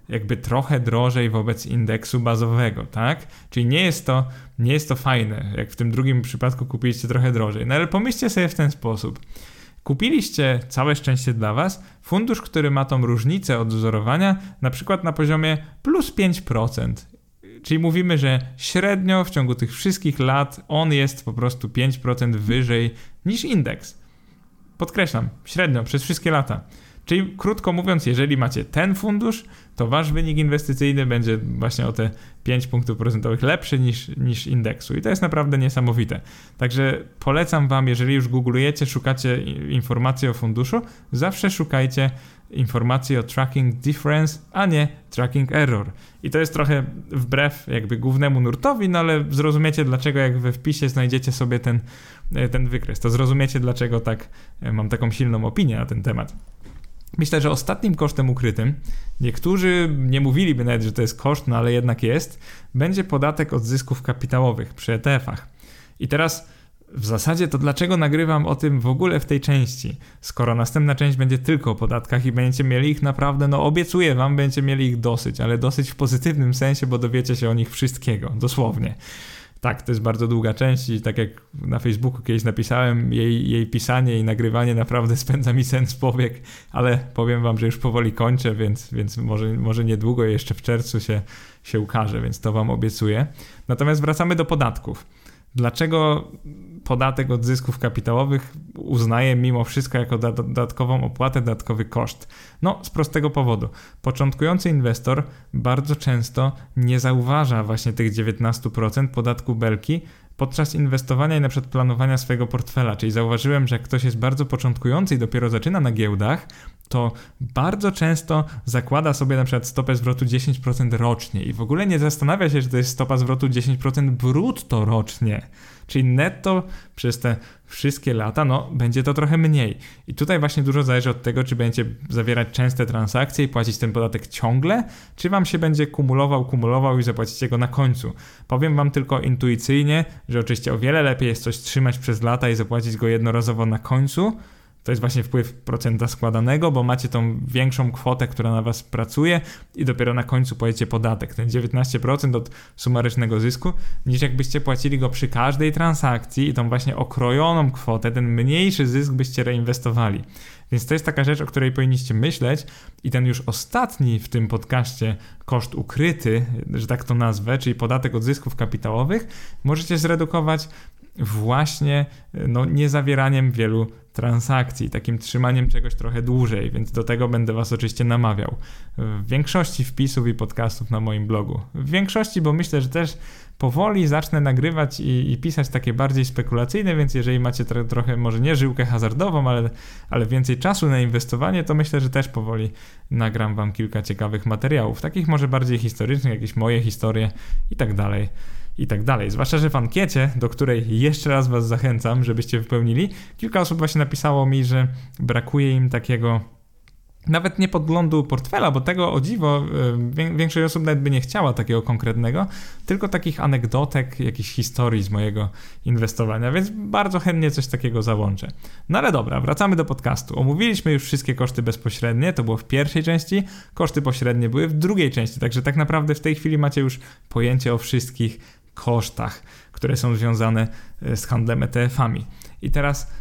jakby trochę drożej wobec indeksu bazowego, tak? Czyli nie jest to, nie jest to fajne, jak w tym drugim przypadku kupiliście trochę drożej. No ale pomyślcie sobie w ten sposób. Kupiliście, całe szczęście dla was, fundusz, który ma tą różnicę od wzorowania na przykład na poziomie plus pięć procent. Czyli mówimy, że średnio w ciągu tych wszystkich lat on jest po prostu pięć procent wyżej niż indeks. Podkreślam, średnio przez wszystkie lata. Czyli krótko mówiąc, jeżeli macie ten fundusz, to wasz wynik inwestycyjny będzie właśnie o te pięć punktów procentowych lepszy niż, niż indeksu. I to jest naprawdę niesamowite. Także polecam wam, jeżeli już googlujecie, szukacie informacji o funduszu, zawsze szukajcie informacji o tracking difference, a nie tracking error. I to jest trochę wbrew jakby głównemu nurtowi, no ale zrozumiecie dlaczego, jak we wpisie znajdziecie sobie ten, ten wykres. To zrozumiecie dlaczego tak mam taką silną opinię na ten temat. Myślę, że ostatnim kosztem ukrytym, niektórzy nie mówiliby nawet, że to jest koszt, no ale jednak jest, będzie podatek od zysków kapitałowych przy E T F-ach. I teraz w zasadzie to dlaczego nagrywam o tym w ogóle w tej części, skoro następna część będzie tylko o podatkach i będziecie mieli ich naprawdę, no obiecuję wam, będziecie mieli ich dosyć, ale dosyć w pozytywnym sensie, bo dowiecie się o nich wszystkiego, dosłownie. Tak, to jest bardzo długa część i tak jak na Facebooku kiedyś napisałem, jej, jej pisanie i nagrywanie naprawdę spędza mi sen z powiek, ale powiem wam, że już powoli kończę, więc, więc może, może niedługo jeszcze w czerwcu się, się ukaże, więc to wam obiecuję. Natomiast wracamy do podatków. Dlaczego podatek od zysków kapitałowych uznaję mimo wszystko jako dodatkową opłatę, dodatkowy koszt? No, z prostego powodu. Początkujący inwestor bardzo często nie zauważa właśnie tych dziewiętnaście procent podatku belki podczas inwestowania i na przykład planowania swojego portfela. Czyli zauważyłem, że jak ktoś jest bardzo początkujący i dopiero zaczyna na giełdach, to bardzo często zakłada sobie na przykład stopę zwrotu dziesięć procent rocznie i w ogóle nie zastanawia się, że to jest stopa zwrotu dziesięć procent brutto rocznie. Czyli netto przez te wszystkie lata, no będzie to trochę mniej. I tutaj właśnie dużo zależy od tego, czy będziecie zawierać częste transakcje i płacić ten podatek ciągle, czy wam się będzie kumulował, kumulował i zapłacicie go na końcu. Powiem wam tylko intuicyjnie, że oczywiście o wiele lepiej jest coś trzymać przez lata i zapłacić go jednorazowo na końcu. To jest właśnie wpływ procenta składanego, bo macie tą większą kwotę, która na was pracuje i dopiero na końcu płacicie podatek, ten dziewiętnaście procent od sumarycznego zysku, niż jakbyście płacili go przy każdej transakcji i tą właśnie okrojoną kwotę, ten mniejszy zysk byście reinwestowali. Więc to jest taka rzecz, o której powinniście myśleć i ten już ostatni w tym podcaście koszt ukryty, że tak to nazwę, czyli podatek od zysków kapitałowych, możecie zredukować właśnie no, niezawieraniem wielu transakcji, takim trzymaniem czegoś trochę dłużej, więc do tego będę was oczywiście namawiał. W większości wpisów i podcastów na moim blogu. W większości, bo myślę, że też powoli zacznę nagrywać i, i pisać takie bardziej spekulacyjne, więc jeżeli macie tro, trochę, może nie żyłkę hazardową, ale, ale więcej czasu na inwestowanie, to myślę, że też powoli nagram wam kilka ciekawych materiałów, takich może bardziej historycznych, jakieś moje historie i tak dalej. I tak dalej. Zwłaszcza, że w ankiecie, do której jeszcze raz was zachęcam, żebyście wypełnili, kilka osób właśnie napisało mi, że brakuje im takiego nawet nie podglądu portfela, bo tego o dziwo większość osób nawet by nie chciała takiego konkretnego, tylko takich anegdotek, jakichś historii z mojego inwestowania, więc bardzo chętnie coś takiego załączę. No ale dobra, wracamy do podcastu. Omówiliśmy już wszystkie koszty bezpośrednie, to było w pierwszej części, koszty pośrednie były w drugiej części, także tak naprawdę w tej chwili macie już pojęcie o wszystkich kosztach, które są związane z handlem E T F-ami. I teraz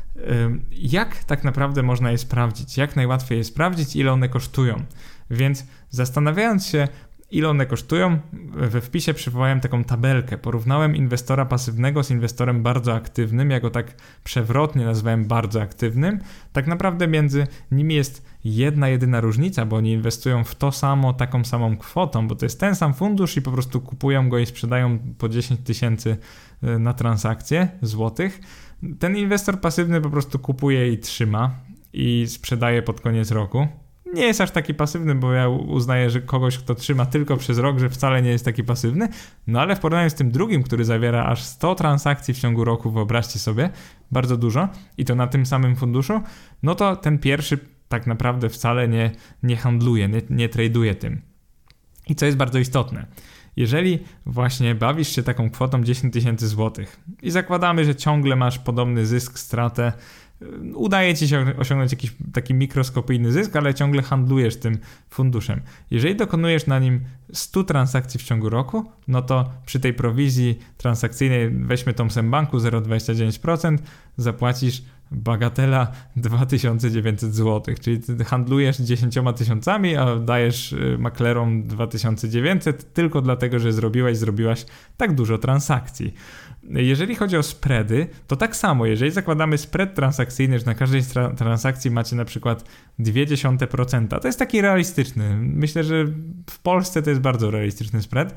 jak tak naprawdę można je sprawdzić? Jak najłatwiej je sprawdzić? Ile one kosztują? Więc zastanawiając się, ile one kosztują, we wpisie przywołałem taką tabelkę. Porównałem inwestora pasywnego z inwestorem bardzo aktywnym. Ja go tak przewrotnie nazwałem bardzo aktywnym. Tak naprawdę między nimi jest jedna jedyna różnica, bo oni inwestują w to samo, taką samą kwotą, bo to jest ten sam fundusz i po prostu kupują go i sprzedają po dziesięć tysięcy na transakcję złotych. Ten inwestor pasywny po prostu kupuje i trzyma i sprzedaje pod koniec roku. Nie jest aż taki pasywny, bo ja uznaję, że kogoś, kto trzyma tylko przez rok, że wcale nie jest taki pasywny, no ale w porównaniu z tym drugim, który zawiera aż sto transakcji w ciągu roku, wyobraźcie sobie, bardzo dużo i to na tym samym funduszu, no to ten pierwszy tak naprawdę wcale nie, nie handluje, nie, nie traduje tym. I co jest bardzo istotne, jeżeli właśnie bawisz się taką kwotą dziesięć tysięcy złotych i zakładamy, że ciągle masz podobny zysk, stratę udaje ci się osiągnąć jakiś taki mikroskopijny zysk, ale ciągle handlujesz tym funduszem. Jeżeli dokonujesz na nim sto transakcji w ciągu roku, no to przy tej prowizji transakcyjnej, weźmy tą Sembanku zero przecinek dwadzieścia dziewięć procent, zapłacisz bagatela dwa tysiące dziewięćset złotych, czyli ty handlujesz dziesięcioma tysiącami, a dajesz maklerom dwa tysiące dziewięćset tylko dlatego, że zrobiłeś, zrobiłaś tak dużo transakcji. Jeżeli chodzi o spready, to tak samo, jeżeli zakładamy spread transakcyjny, że na każdej tra- transakcji macie na przykład zero przecinek dwa procent, to jest taki realistyczny. Myślę, że w Polsce to jest bardzo realistyczny spread.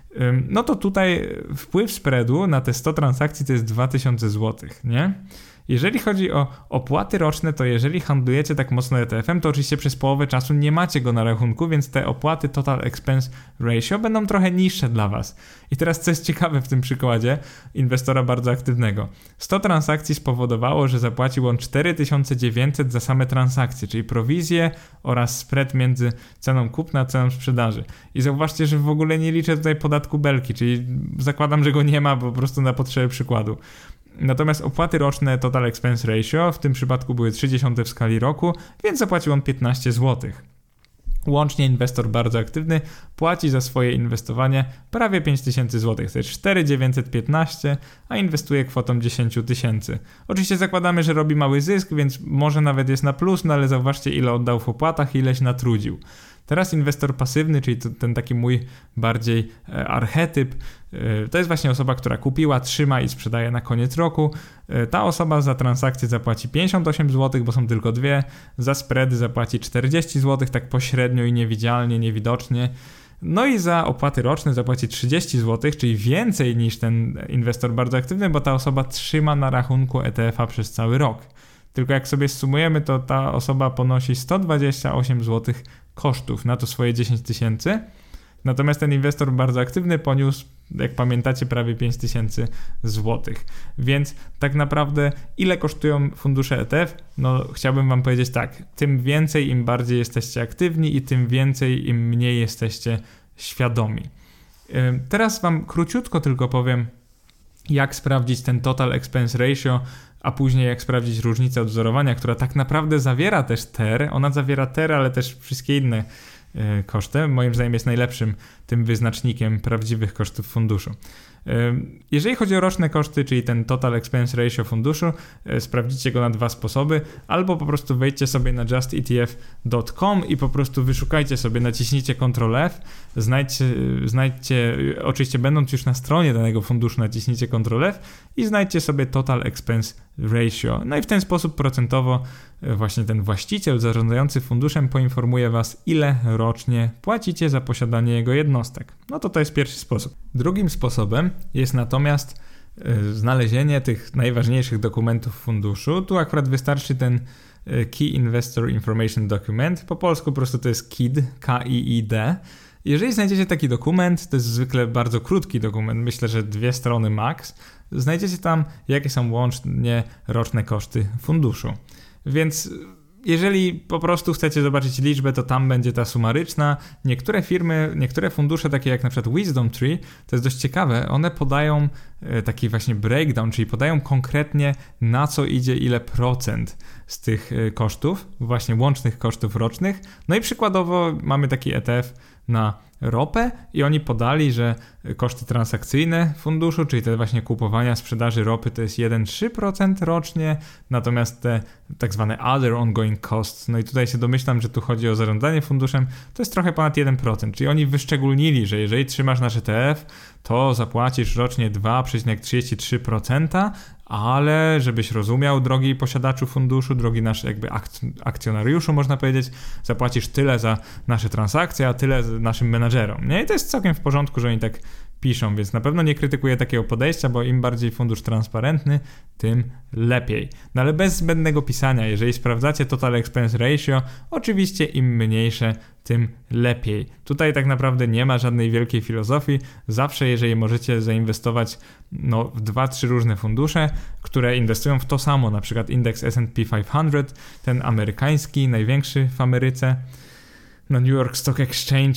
No to tutaj wpływ spreadu na te sto transakcji to jest dwa tysiące złotych, nie? Jeżeli chodzi o opłaty roczne, to jeżeli handlujecie tak mocno E T F-em, to oczywiście przez połowę czasu nie macie go na rachunku, więc te opłaty Total Expense Ratio będą trochę niższe dla was. I teraz co jest ciekawe w tym przykładzie inwestora bardzo aktywnego. sto transakcji spowodowało, że zapłacił on cztery tysiące dziewięćset za same transakcje, czyli prowizję oraz spread między ceną kupna a ceną sprzedaży. I zauważcie, że w ogóle nie liczę tutaj podatku belki, czyli zakładam, że go nie ma po prostu na potrzeby przykładu. Natomiast opłaty roczne Total Expense Ratio w tym przypadku były trzydzieści w skali roku, więc zapłacił on piętnaście złotych. Łącznie inwestor bardzo aktywny płaci za swoje inwestowanie prawie pięć tysięcy złotych, to jest cztery tysiące dziewięćset piętnaście, a inwestuje kwotą dziesięć tysięcy. Oczywiście zakładamy, że robi mały zysk, więc może nawet jest na plus, no ale zauważcie, ile oddał w opłatach, ile się natrudził. Teraz inwestor pasywny, czyli ten taki mój bardziej e, archetyp, e, to jest właśnie osoba, która kupiła, trzyma i sprzedaje na koniec roku. E, ta osoba za transakcję zapłaci pięćdziesiąt osiem złotych, bo są tylko dwie, za spready zapłaci czterdzieści złotych, tak pośrednio i niewidzialnie, niewidocznie. No i za opłaty roczne zapłaci trzydzieści złotych, czyli więcej niż ten inwestor bardzo aktywny, bo ta osoba trzyma na rachunku E T F-a przez cały rok. Tylko jak sobie sumujemy, to ta osoba ponosi sto dwadzieścia osiem złotych kosztów na to swoje dziesięć tysięcy. Natomiast ten inwestor bardzo aktywny poniósł, jak pamiętacie, prawie pięć tysięcy złotych. Więc tak naprawdę ile kosztują fundusze E T F? No chciałbym wam powiedzieć tak, tym więcej im bardziej jesteście aktywni i tym więcej im mniej jesteście świadomi. Teraz wam króciutko tylko powiem, jak sprawdzić ten Total Expense Ratio, a później jak sprawdzić różnicę odwzorowania, która tak naprawdę zawiera też T E R. Ona zawiera T E R, ale też wszystkie inne y, koszty. Moim zdaniem jest najlepszym tym wyznacznikiem prawdziwych kosztów funduszu. Y, jeżeli chodzi o roczne koszty, czyli ten Total Expense Ratio funduszu, y, sprawdzicie go na dwa sposoby. Albo po prostu wejdźcie sobie na just e t f kropka com i po prostu wyszukajcie sobie, naciśnijcie kontrol F, znajdźcie, znajdźcie, oczywiście będąc już na stronie danego funduszu, naciśnijcie kontrol F i znajdźcie sobie Total Expense Ratio. No i w ten sposób procentowo właśnie ten właściciel zarządzający funduszem poinformuje was, ile rocznie płacicie za posiadanie jego jednostek. No to to jest pierwszy sposób. Drugim sposobem jest natomiast y, znalezienie tych najważniejszych dokumentów funduszu. Tu akurat wystarczy ten y, Key Investor Information Document. Po polsku po prostu to jest K I D, K I I D. Jeżeli znajdziecie taki dokument, to jest zwykle bardzo krótki dokument, myślę, że dwie strony max, znajdziecie tam, jakie są łącznie roczne koszty funduszu. Więc jeżeli po prostu chcecie zobaczyć liczbę, to tam będzie ta sumaryczna. Niektóre firmy, niektóre fundusze, takie jak na przykład Wisdom Tree, to jest dość ciekawe, one podają taki właśnie breakdown, czyli podają konkretnie, na co idzie ile procent z tych kosztów, właśnie łącznych kosztów rocznych. No i przykładowo mamy taki E T F na ropę i oni podali, że koszty transakcyjne funduszu, czyli te właśnie kupowania, sprzedaży ropy, to jest jeden przecinek trzy procent rocznie, natomiast te tak zwane other ongoing costs, no i tutaj się domyślam, że tu chodzi o zarządzanie funduszem, to jest trochę ponad jeden procent, czyli oni wyszczególnili, że jeżeli trzymasz nasz E T F, to zapłacisz rocznie dwa przecinek trzydzieści trzy procent, ale żebyś rozumiał, drogi posiadaczu funduszu, drogi nasz jakby akc- akcjonariuszu, można powiedzieć, zapłacisz tyle za nasze transakcje, a tyle naszym menadżerom. Nie? I to jest całkiem w porządku, że oni tak piszą, więc na pewno nie krytykuję takiego podejścia, bo im bardziej fundusz transparentny, tym lepiej. No ale bez zbędnego pisania, jeżeli sprawdzacie Total Expense Ratio, oczywiście im mniejsze, tym lepiej. Tutaj tak naprawdę nie ma żadnej wielkiej filozofii. Zawsze, jeżeli możecie zainwestować no, w dwa, trzy różne fundusze, które inwestują w to samo, na przykład indeks S and P pięćset, ten amerykański, największy w Ameryce, no New York Stock Exchange,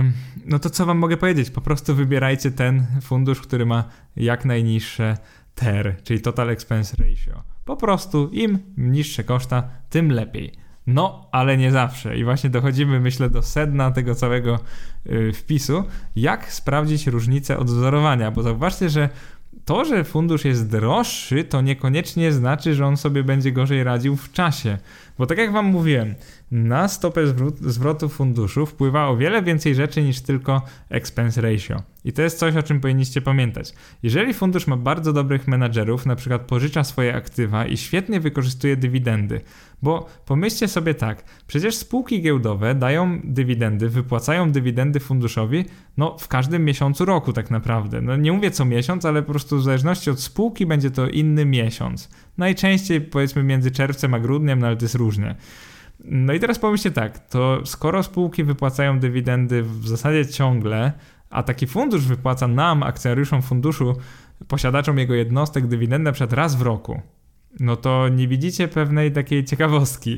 no to co wam mogę powiedzieć? Po prostu wybierajcie ten fundusz, który ma jak najniższe T E R, czyli Total Expense Ratio. Po prostu im niższe koszta, tym lepiej. No, ale nie zawsze. I właśnie dochodzimy, myślę, do sedna tego całego yy, wpisu, jak sprawdzić różnicę odzorowania, bo zauważcie, że to, że fundusz jest droższy, to niekoniecznie znaczy, że on sobie będzie gorzej radził w czasie. Bo tak jak wam mówiłem, na stopę zwrot, zwrotu funduszu wpływa o wiele więcej rzeczy niż tylko expense ratio. I to jest coś, o czym powinniście pamiętać. Jeżeli fundusz ma bardzo dobrych menadżerów, na przykład pożycza swoje aktywa i świetnie wykorzystuje dywidendy, bo pomyślcie sobie tak, przecież spółki giełdowe dają dywidendy, wypłacają dywidendy funduszowi, no w każdym miesiącu roku tak naprawdę. No nie mówię co miesiąc, ale po prostu w zależności od spółki będzie to inny miesiąc. Najczęściej powiedzmy między czerwcem a grudniem, no ale to jest różnie. No i teraz pomyślcie tak, to skoro spółki wypłacają dywidendy w zasadzie ciągle, a taki fundusz wypłaca nam, akcjonariuszom funduszu, posiadaczom jego jednostek dywidendę na przykład raz w roku, no to nie widzicie pewnej takiej ciekawostki.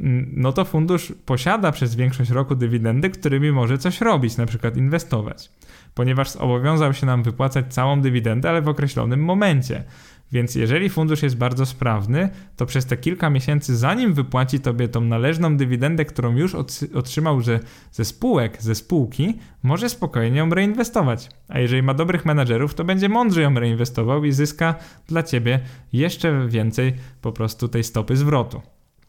No to fundusz posiada przez większość roku dywidendy, którymi może coś robić, na przykład inwestować, ponieważ zobowiązał się nam wypłacać całą dywidendę, ale w określonym momencie. Więc jeżeli fundusz jest bardzo sprawny, to przez te kilka miesięcy, zanim wypłaci tobie tą należną dywidendę, którą już otrzymał że ze spółek, ze spółki, może spokojnie ją reinwestować. A jeżeli ma dobrych menadżerów, to będzie mądrze ją reinwestował i zyska dla ciebie jeszcze więcej po prostu tej stopy zwrotu.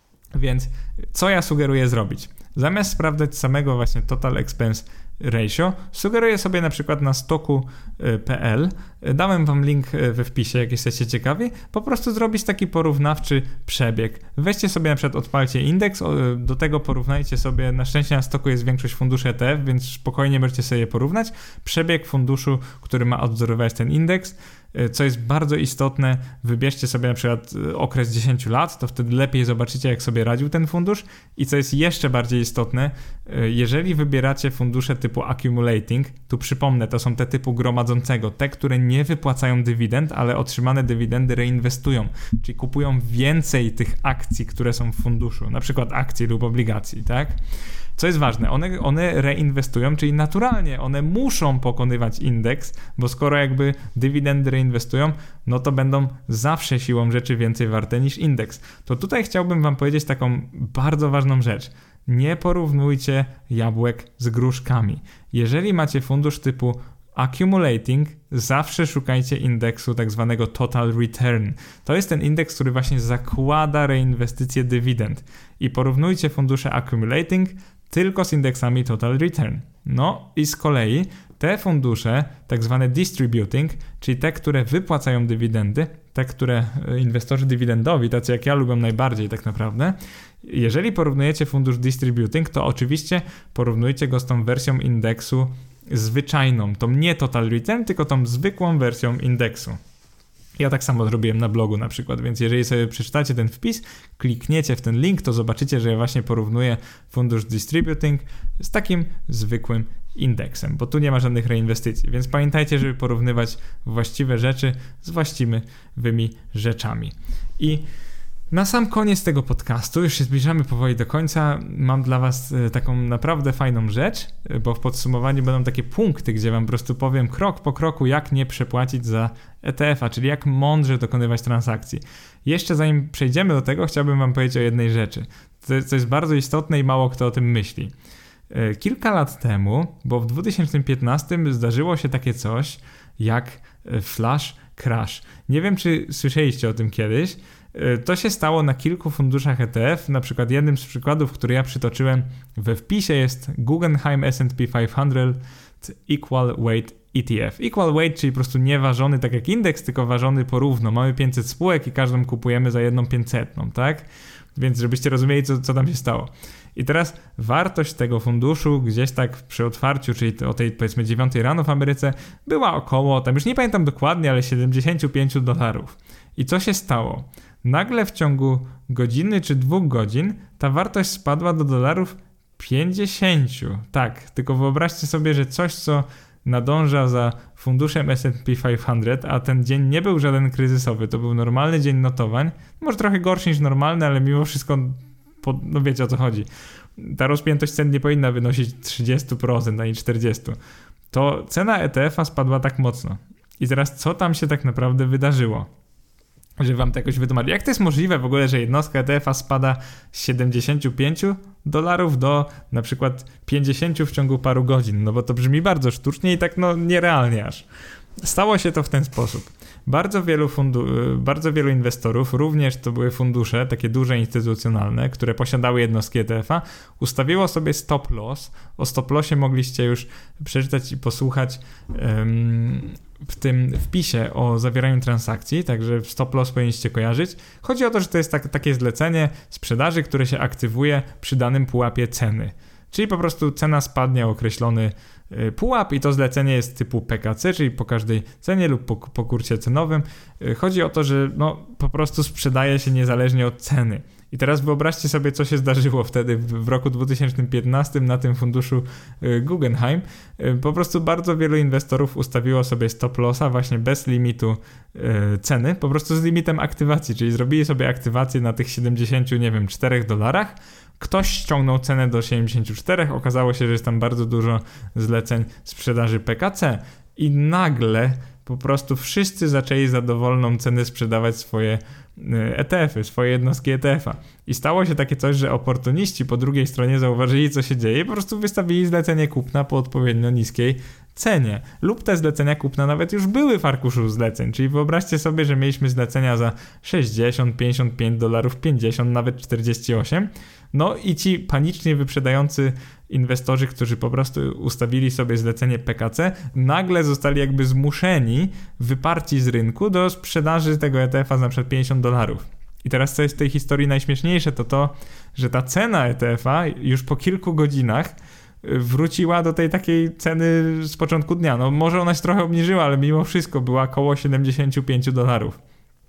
Więc co ja sugeruję zrobić? Zamiast sprawdzać samego właśnie total expense ratio, sugeruję sobie na przykład na stoku kropka p l, dałem wam link we wpisie, jak jesteście ciekawi, po prostu zrobić taki porównawczy przebieg. Weźcie sobie na przykład, odpalcie indeks, do tego porównajcie sobie, na szczęście na stoku jest większość funduszy E T F, więc spokojnie możecie sobie je porównać, przebieg funduszu, który ma odwzorować ten indeks. Co jest bardzo istotne, wybierzcie sobie na przykład okres dziesięć lat, to wtedy lepiej zobaczycie, jak sobie radził ten fundusz. I co jest jeszcze bardziej istotne, jeżeli wybieracie fundusze typu accumulating, tu przypomnę, to są te typu gromadzącego, te, które nie wypłacają dywidend, ale otrzymane dywidendy reinwestują, czyli kupują więcej tych akcji, które są w funduszu, na przykład akcji lub obligacji, tak? Co jest ważne, one, one reinwestują, czyli naturalnie one muszą pokonywać indeks, bo skoro jakby dywidendy reinwestują, no to będą zawsze siłą rzeczy więcej warte niż indeks. To tutaj chciałbym wam powiedzieć taką bardzo ważną rzecz. Nie porównujcie jabłek z gruszkami. Jeżeli macie fundusz typu accumulating, zawsze szukajcie indeksu tak zwanego total return. To jest ten indeks, który właśnie zakłada reinwestycję dywidend. I porównujcie fundusze accumulating tylko z indeksami total return. No i z kolei te fundusze, tak zwane distributing, czyli te, które wypłacają dywidendy, te, które inwestorzy dywidendowi, tacy jak ja, lubią najbardziej tak naprawdę, jeżeli porównujecie fundusz distributing, to oczywiście porównujcie go z tą wersją indeksu zwyczajną, tą nie total return, tylko tą zwykłą wersją indeksu. Ja tak samo zrobiłem na blogu na przykład, więc jeżeli sobie przeczytacie ten wpis, klikniecie w ten link, to zobaczycie, że ja właśnie porównuję fundusz distributing z takim zwykłym indeksem, bo tu nie ma żadnych reinwestycji, więc pamiętajcie, żeby porównywać właściwe rzeczy z właściwymi rzeczami. I na sam koniec tego podcastu, już się zbliżamy powoli do końca, mam dla was taką naprawdę fajną rzecz, bo w podsumowaniu będą takie punkty, gdzie wam po prostu powiem krok po kroku, jak nie przepłacić za E T F a, czyli jak mądrze dokonywać transakcji. Jeszcze zanim przejdziemy do tego, chciałbym wam powiedzieć o jednej rzeczy, co jest bardzo istotne i mało kto o tym myśli. Kilka lat temu, bo w dwa tysiące piętnastym zdarzyło się takie coś jak flash crash. Nie wiem, czy słyszeliście o tym kiedyś. To się stało na kilku funduszach E T F, na przykład jednym z przykładów, który ja przytoczyłem we wpisie jest Guggenheim S and P pięćset Equal Weight E T F. Equal weight, czyli po prostu nie ważony tak jak indeks, tylko ważony porówno. Mamy pięćset spółek i każdą kupujemy za jedną pięćsetną, tak? Więc żebyście rozumieli, co, co tam się stało. I teraz wartość tego funduszu gdzieś tak przy otwarciu, czyli o tej powiedzmy dziewiątej rano w Ameryce, była około, tam już nie pamiętam dokładnie, ale siedemdziesiąt pięć dolarów. I co się stało? Nagle w ciągu godziny czy dwóch godzin ta wartość spadła do dolarów pięćdziesiąt. Tak, tylko wyobraźcie sobie, że coś, co nadąża za funduszem S and P pięćset, a ten dzień nie był żaden kryzysowy, to był normalny dzień notowań, może trochę gorszy niż normalny, ale mimo wszystko, pod, no wiecie o co chodzi. Ta rozpiętość cen nie powinna wynosić trzydzieści procent ani czterdzieści procent. To cena E T F a spadła tak mocno. I teraz co tam się tak naprawdę wydarzyło? żeby wam to jakoś wytłumaczyć. Jak to jest możliwe w ogóle, że jednostka E T F a spada z siedemdziesięciu pięciu dolarów do na przykład pięćdziesięciu w ciągu paru godzin? No bo to brzmi bardzo sztucznie i tak no nierealnie aż. Stało się to w ten sposób. Bardzo wielu, fundu- bardzo wielu inwestorów, również to były fundusze, takie duże instytucjonalne, które posiadały jednostki E T F a, ustawiło sobie stop loss. O stop lossie mogliście już przeczytać i posłuchać um, w tym wpisie o zawieraniu transakcji, także stop loss powinniście kojarzyć. Chodzi o to, że to jest tak, takie zlecenie sprzedaży, które się aktywuje przy danym pułapie ceny. Czyli po prostu cena spadnie o określony pułap i to zlecenie jest typu P K C, czyli po każdej cenie lub po, po kursie cenowym. Chodzi o to, że no, po prostu sprzedaje się niezależnie od ceny. I teraz wyobraźcie sobie, co się zdarzyło wtedy w roku dwa tysiące piętnastym na tym funduszu Guggenheim. Po prostu bardzo wielu inwestorów ustawiło sobie stop lossa właśnie bez limitu ceny, po prostu z limitem aktywacji, czyli zrobili sobie aktywację na tych siedemdziesięciu, nie wiem, czterech dolarach. Ktoś ściągnął cenę do siedemdziesięciu czterech, okazało się, że jest tam bardzo dużo zleceń sprzedaży P K C i nagle po prostu wszyscy zaczęli za dowolną cenę sprzedawać swoje E T F y, swoje jednostki E T F a. I stało się takie coś, że oportuniści po drugiej stronie zauważyli, co się dzieje i po prostu wystawili zlecenie kupna po odpowiednio niskiej cenie. Lub te zlecenia kupna nawet już były w arkuszu zleceń, czyli wyobraźcie sobie, że mieliśmy zlecenia za sześćdziesiąt, pięćdziesiąt pięć dolarów, pięćdziesiąt, nawet czterdzieści osiem. No i ci panicznie wyprzedający inwestorzy, którzy po prostu ustawili sobie zlecenie P K C, nagle zostali jakby zmuszeni, wyparci z rynku do sprzedaży tego E T F a za na przykład pięćdziesiąt dolarów. I teraz co jest w tej historii najśmieszniejsze, to to, że ta cena E T F a już po kilku godzinach wróciła do tej takiej ceny z początku dnia. No może ona się trochę obniżyła, ale mimo wszystko była około siedemdziesiąt pięć dolarów.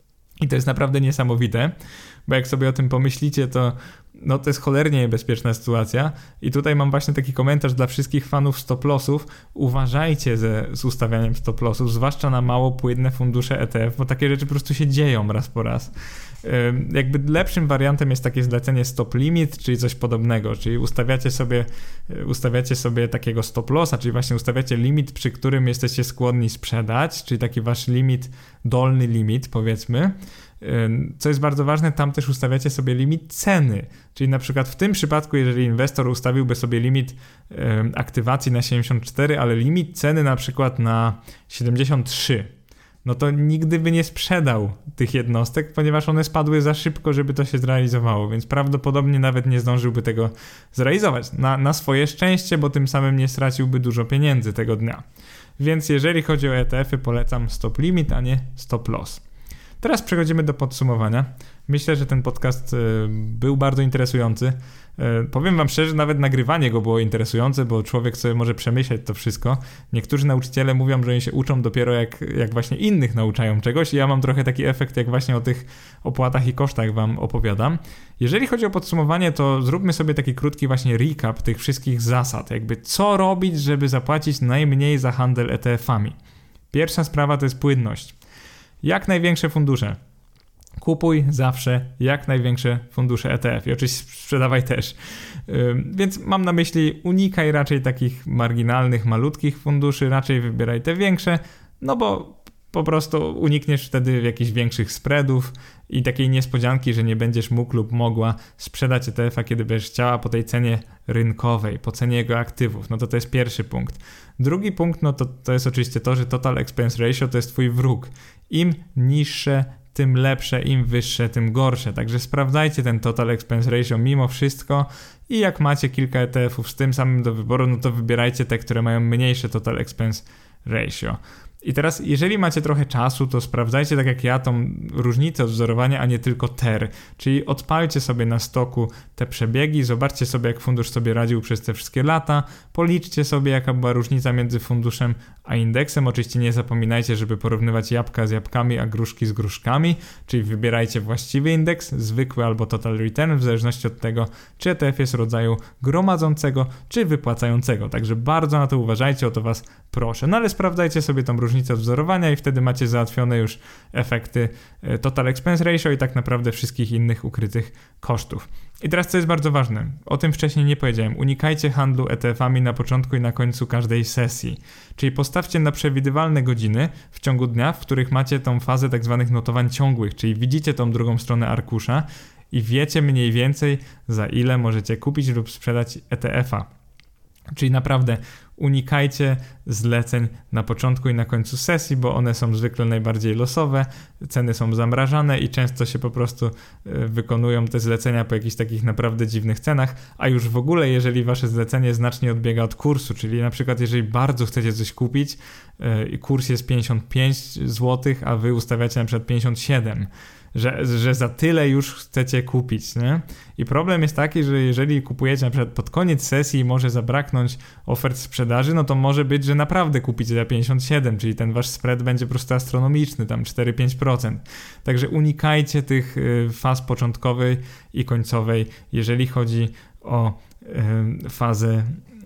I to jest naprawdę niesamowite, bo jak sobie o tym pomyślicie, to no to jest cholernie niebezpieczna sytuacja i tutaj mam właśnie taki komentarz dla wszystkich fanów stop lossów. Uważajcie ze, z ustawianiem stop lossów, zwłaszcza na mało płynne fundusze E T F, bo takie rzeczy po prostu się dzieją raz po raz. Yy, jakby lepszym wariantem jest takie zlecenie stop limit, czyli coś podobnego, czyli ustawiacie sobie, yy, ustawiacie sobie takiego stop lossa, czyli właśnie ustawiacie limit, przy którym jesteście skłonni sprzedać, czyli taki wasz limit, dolny limit powiedzmy. Co jest bardzo ważne, tam też ustawiacie sobie limit ceny, czyli na przykład w tym przypadku, jeżeli inwestor ustawiłby sobie limit aktywacji na siedemdziesiąt cztery, ale limit ceny na przykład na siedemdziesiąt trzy, no to nigdy by nie sprzedał tych jednostek, ponieważ one spadły za szybko, żeby to się zrealizowało, więc prawdopodobnie nawet nie zdążyłby tego zrealizować na, na swoje szczęście, bo tym samym nie straciłby dużo pieniędzy tego dnia. Więc jeżeli chodzi o E T F y, polecam stop limit, a nie stop loss. Teraz przechodzimy do podsumowania. Myślę, że ten podcast y, był bardzo interesujący. Y, powiem wam szczerze, nawet nagrywanie go było interesujące, bo człowiek sobie może przemyśleć to wszystko. Niektórzy nauczyciele mówią, że oni się uczą dopiero jak, jak właśnie innych nauczają czegoś i ja mam trochę taki efekt, jak właśnie o tych opłatach i kosztach wam opowiadam. Jeżeli chodzi o podsumowanie, to zróbmy sobie taki krótki właśnie recap tych wszystkich zasad. Jakby co robić, żeby zapłacić najmniej za handel E T F ami. Pierwsza sprawa to jest płynność. Jak największe fundusze. Kupuj zawsze jak największe fundusze E T F i oczywiście sprzedawaj też. Yy, więc mam na myśli, unikaj raczej takich marginalnych, malutkich funduszy, raczej wybieraj te większe, no bo po prostu unikniesz wtedy jakichś większych spreadów i takiej niespodzianki, że nie będziesz mógł lub mogła sprzedać E T F a, kiedy będziesz chciała po tej cenie rynkowej, po cenie jego aktywów. No to to jest pierwszy punkt. Drugi punkt, no to, to jest oczywiście to, że Total Expense Ratio to jest twój wróg. Im niższe, tym lepsze, im wyższe, tym gorsze. Także sprawdzajcie ten Total Expense Ratio mimo wszystko i jak macie kilka E T F ów z tym samym do wyboru, no to wybierajcie te, które mają mniejsze Total Expense Ratio. I teraz, jeżeli macie trochę czasu, to sprawdzajcie tak jak ja tą różnicę odwzorowania, a nie tylko T E R. Czyli odpalcie sobie na stoku te przebiegi, zobaczcie sobie jak fundusz sobie radził przez te wszystkie lata, policzcie sobie jaka była różnica między funduszem a indeksem. Oczywiście nie zapominajcie, żeby porównywać jabłka z jabłkami, a gruszki z gruszkami, czyli wybierajcie właściwy indeks, zwykły albo total return, w zależności od tego, czy E T F jest rodzaju gromadzącego, czy wypłacającego. Także bardzo na to uważajcie, o to was proszę. No ale sprawdzajcie sobie tą różnicę różnicę od wzorowania i wtedy macie załatwione już efekty total expense ratio i tak naprawdę wszystkich innych ukrytych kosztów. I teraz co jest bardzo ważne, o tym wcześniej nie powiedziałem, unikajcie handlu E T F-ami na początku i na końcu każdej sesji. Czyli postawcie na przewidywalne godziny w ciągu dnia, w których macie tą fazę tak zwanych notowań ciągłych, czyli widzicie tą drugą stronę arkusza i wiecie mniej więcej za ile możecie kupić lub sprzedać E T F-a. Czyli naprawdę unikajcie zleceń na początku i na końcu sesji, bo one są zwykle najbardziej losowe, ceny są zamrażane i często się po prostu wykonują te zlecenia po jakichś takich naprawdę dziwnych cenach, a już w ogóle jeżeli wasze zlecenie znacznie odbiega od kursu, czyli na przykład jeżeli bardzo chcecie coś kupić i kurs jest pięćdziesiąt pięć złotych, a wy ustawiacie na przykład pięćdziesiąt siedem, Że, że za tyle już chcecie kupić, nie? I problem jest taki, że jeżeli kupujecie na przykład pod koniec sesji i może zabraknąć ofert sprzedaży, no to może być, że naprawdę kupicie za pięćdziesiąt siedem, czyli ten wasz spread będzie po prostu astronomiczny, tam cztery do pięciu procent. Także unikajcie tych faz początkowej i końcowej, jeżeli chodzi o y, fazę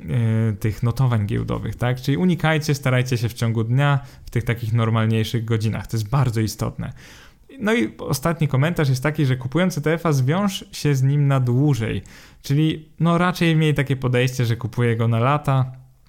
y, tych notowań giełdowych, tak? Czyli unikajcie, starajcie się w ciągu dnia, w tych takich normalniejszych godzinach. To jest bardzo istotne. No i ostatni komentarz jest taki, że kupując E T F-a zwiąż się z nim na dłużej, czyli no raczej miej takie podejście, że kupuję go na lata,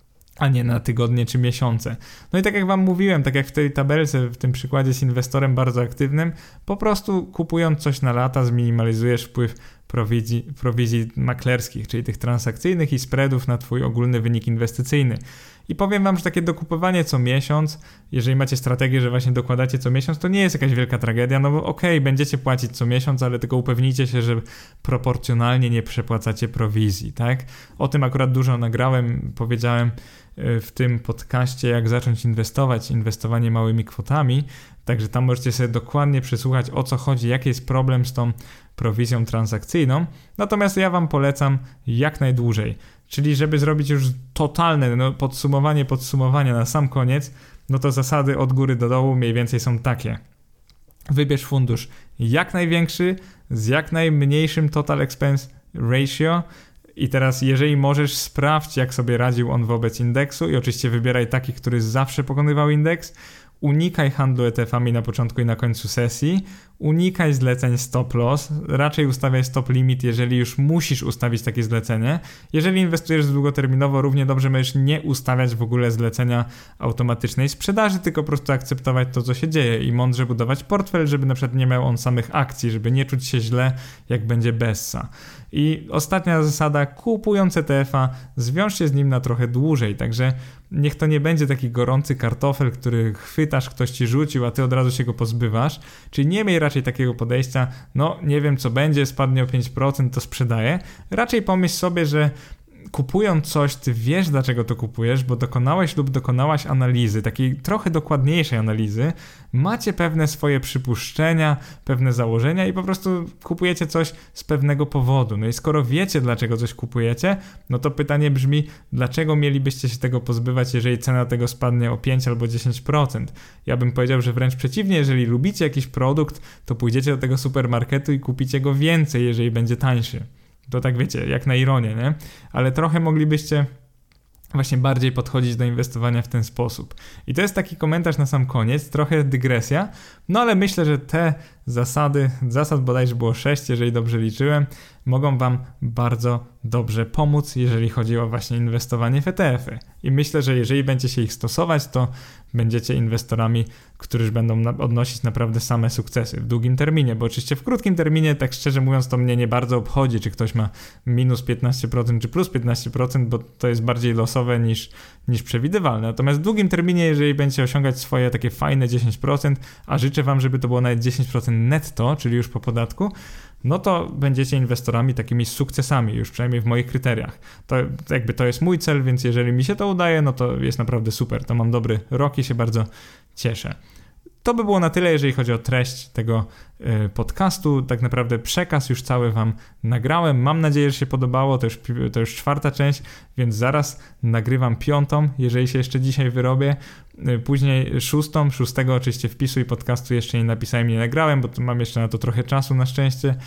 a nie na tygodnie czy miesiące. No i tak jak wam mówiłem, tak jak w tej tabelce, w tym przykładzie z inwestorem bardzo aktywnym, po prostu kupując coś na lata zminimalizujesz wpływ prowizji, prowizji maklerskich, czyli tych transakcyjnych i spreadów na twój ogólny wynik inwestycyjny. I powiem wam, że takie dokupowanie co miesiąc, jeżeli macie strategię, że właśnie dokładacie co miesiąc, to nie jest jakaś wielka tragedia, no bo okej, okay, będziecie płacić co miesiąc, ale tylko upewnijcie się, że proporcjonalnie nie przepłacacie prowizji, tak? O tym akurat dużo nagrałem, powiedziałem w tym podcaście, jak zacząć inwestować, inwestowanie małymi kwotami, także tam możecie sobie dokładnie przesłuchać, o co chodzi, jaki jest problem z tą prowizją transakcyjną, natomiast ja wam polecam jak najdłużej, czyli żeby zrobić już totalne no, podsumowanie podsumowania na sam koniec, no to zasady od góry do dołu mniej więcej są takie. Wybierz fundusz jak największy, z jak najmniejszym total expense ratio i teraz jeżeli możesz, sprawdź jak sobie radził on wobec indeksu i oczywiście wybieraj taki, który zawsze pokonywał indeks. Unikaj handlu E T F-ami na początku i na końcu sesji, unikaj zleceń stop loss, raczej ustawiaj stop limit, jeżeli już musisz ustawić takie zlecenie. Jeżeli inwestujesz długoterminowo, równie dobrze możesz nie ustawiać w ogóle zlecenia automatycznej sprzedaży, tylko po prostu akceptować to, co się dzieje i mądrze budować portfel, żeby na przykład nie miał on samych akcji, żeby nie czuć się źle, jak będzie bessa. I ostatnia zasada, kupując E T F-a, zwiąż się z nim na trochę dłużej, także niech to nie będzie taki gorący kartofel, który chwytasz, ktoś ci rzucił, a ty od razu się go pozbywasz, czyli nie miej raczej takiego podejścia, no nie wiem co będzie, spadnie o pięć procent, to sprzedaję, raczej pomyśl sobie, że kupując coś, ty wiesz dlaczego to kupujesz, bo dokonałeś lub dokonałaś analizy, takiej trochę dokładniejszej analizy, macie pewne swoje przypuszczenia, pewne założenia i po prostu kupujecie coś z pewnego powodu. No i skoro wiecie dlaczego coś kupujecie, no to pytanie brzmi, dlaczego mielibyście się tego pozbywać, jeżeli cena tego spadnie o pięć albo dziesięć procent? Ja bym powiedział, że wręcz przeciwnie, jeżeli lubicie jakiś produkt, to pójdziecie do tego supermarketu i kupicie go więcej, jeżeli będzie tańszy. To tak wiecie, jak na ironię, nie? Ale trochę moglibyście właśnie bardziej podchodzić do inwestowania w ten sposób. I to jest taki komentarz na sam koniec, trochę dygresja, no ale myślę, że te zasady, zasad bodajże było sześć, jeżeli dobrze liczyłem, mogą wam bardzo dobrze pomóc, jeżeli chodzi o właśnie inwestowanie w E T F-y. I myślę, że jeżeli będziecie ich stosować, to będziecie inwestorami, którzy będą na- odnosić naprawdę same sukcesy w długim terminie, bo oczywiście w krótkim terminie, tak szczerze mówiąc, to mnie nie bardzo obchodzi, czy ktoś ma minus piętnaście procent, czy plus piętnaście procent, bo to jest bardziej losowe niż, niż przewidywalne. Natomiast w długim terminie, jeżeli będziecie osiągać swoje takie fajne dziesięć procent, a życzę wam, żeby to było nawet dziesięć procent netto, czyli już po podatku, no to będziecie inwestorami takimi z sukcesami, już przynajmniej w moich kryteriach. To jakby to jest mój cel, więc jeżeli mi się to udaje, no to jest naprawdę super. To mam dobry rok i się bardzo cieszę. To by było na tyle, jeżeli chodzi o treść tego y, podcastu. Tak naprawdę przekaz już cały wam nagrałem. Mam nadzieję, że się podobało. To już, to już czwarta część, więc zaraz nagrywam piątą, jeżeli się jeszcze dzisiaj wyrobię. Y, później szóstą, szóstego oczywiście wpisu i podcastu jeszcze nie napisałem, nie nagrałem, bo tu mam jeszcze na to trochę czasu na szczęście.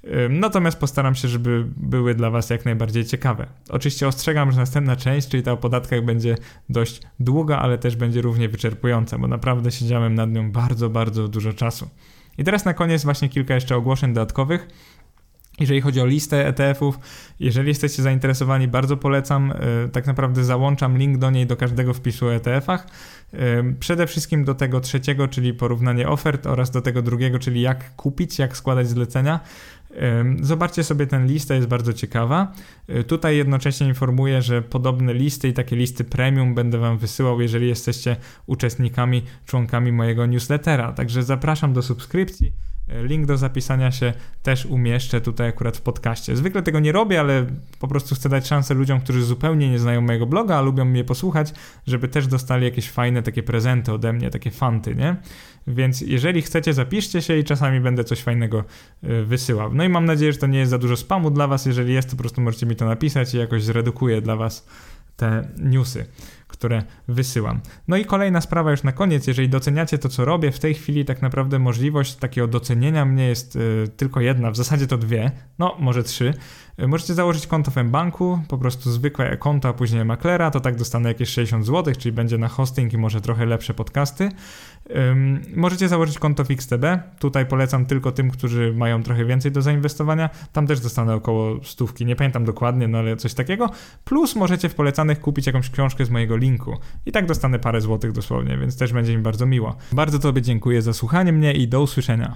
Natomiast postaram się, żeby były dla Was jak najbardziej ciekawe. Oczywiście ostrzegam, że następna część, czyli ta o podatkach, będzie dość długa, ale też będzie równie wyczerpująca, bo naprawdę siedziałem nad nią bardzo, bardzo dużo czasu. I teraz na koniec właśnie kilka jeszcze ogłoszeń dodatkowych. Jeżeli chodzi o listę E T F-ów, jeżeli jesteście zainteresowani, bardzo polecam. Tak naprawdę załączam link do niej do każdego wpisu o E T F-ach. Przede wszystkim do tego trzeciego, czyli porównanie ofert, oraz do tego drugiego, czyli jak kupić, jak składać zlecenia. Zobaczcie sobie tę listę, jest bardzo ciekawa. Tutaj jednocześnie informuję, że podobne listy i takie listy premium będę Wam wysyłał, jeżeli jesteście uczestnikami, członkami mojego newslettera. Także zapraszam do subskrypcji. Link do zapisania się też umieszczę tutaj akurat w podcaście. Zwykle tego nie robię, ale po prostu chcę dać szansę ludziom, którzy zupełnie nie znają mojego bloga, a lubią mnie posłuchać, żeby też dostali jakieś fajne takie prezenty ode mnie, takie fanty, nie? Więc jeżeli chcecie, zapiszcie się i czasami będę coś fajnego wysyłał. No i mam nadzieję, że to nie jest za dużo spamu dla Was. Jeżeli jest, to po prostu możecie mi to napisać i jakoś zredukuję dla Was te newsy, które wysyłam. No i kolejna sprawa już na koniec, jeżeli doceniacie to, co robię, w tej chwili tak naprawdę możliwość takiego docenienia mnie jest y, tylko jedna, w zasadzie to dwie, no może trzy. Y, możecie założyć konto w mBanku, po prostu zwykłe konto, a później maklera, to tak dostanę jakieś sześćdziesiąt złotych, czyli będzie na hosting i może trochę lepsze podcasty. Um, możecie założyć konto w X T B, tutaj polecam tylko tym, którzy mają trochę więcej do zainwestowania, tam też dostanę około stówki, nie pamiętam dokładnie, no ale coś takiego, plus możecie w polecanych kupić jakąś książkę z mojego linku i tak dostanę parę złotych dosłownie, więc też będzie mi bardzo miło. Bardzo Tobie dziękuję za słuchanie mnie i do usłyszenia.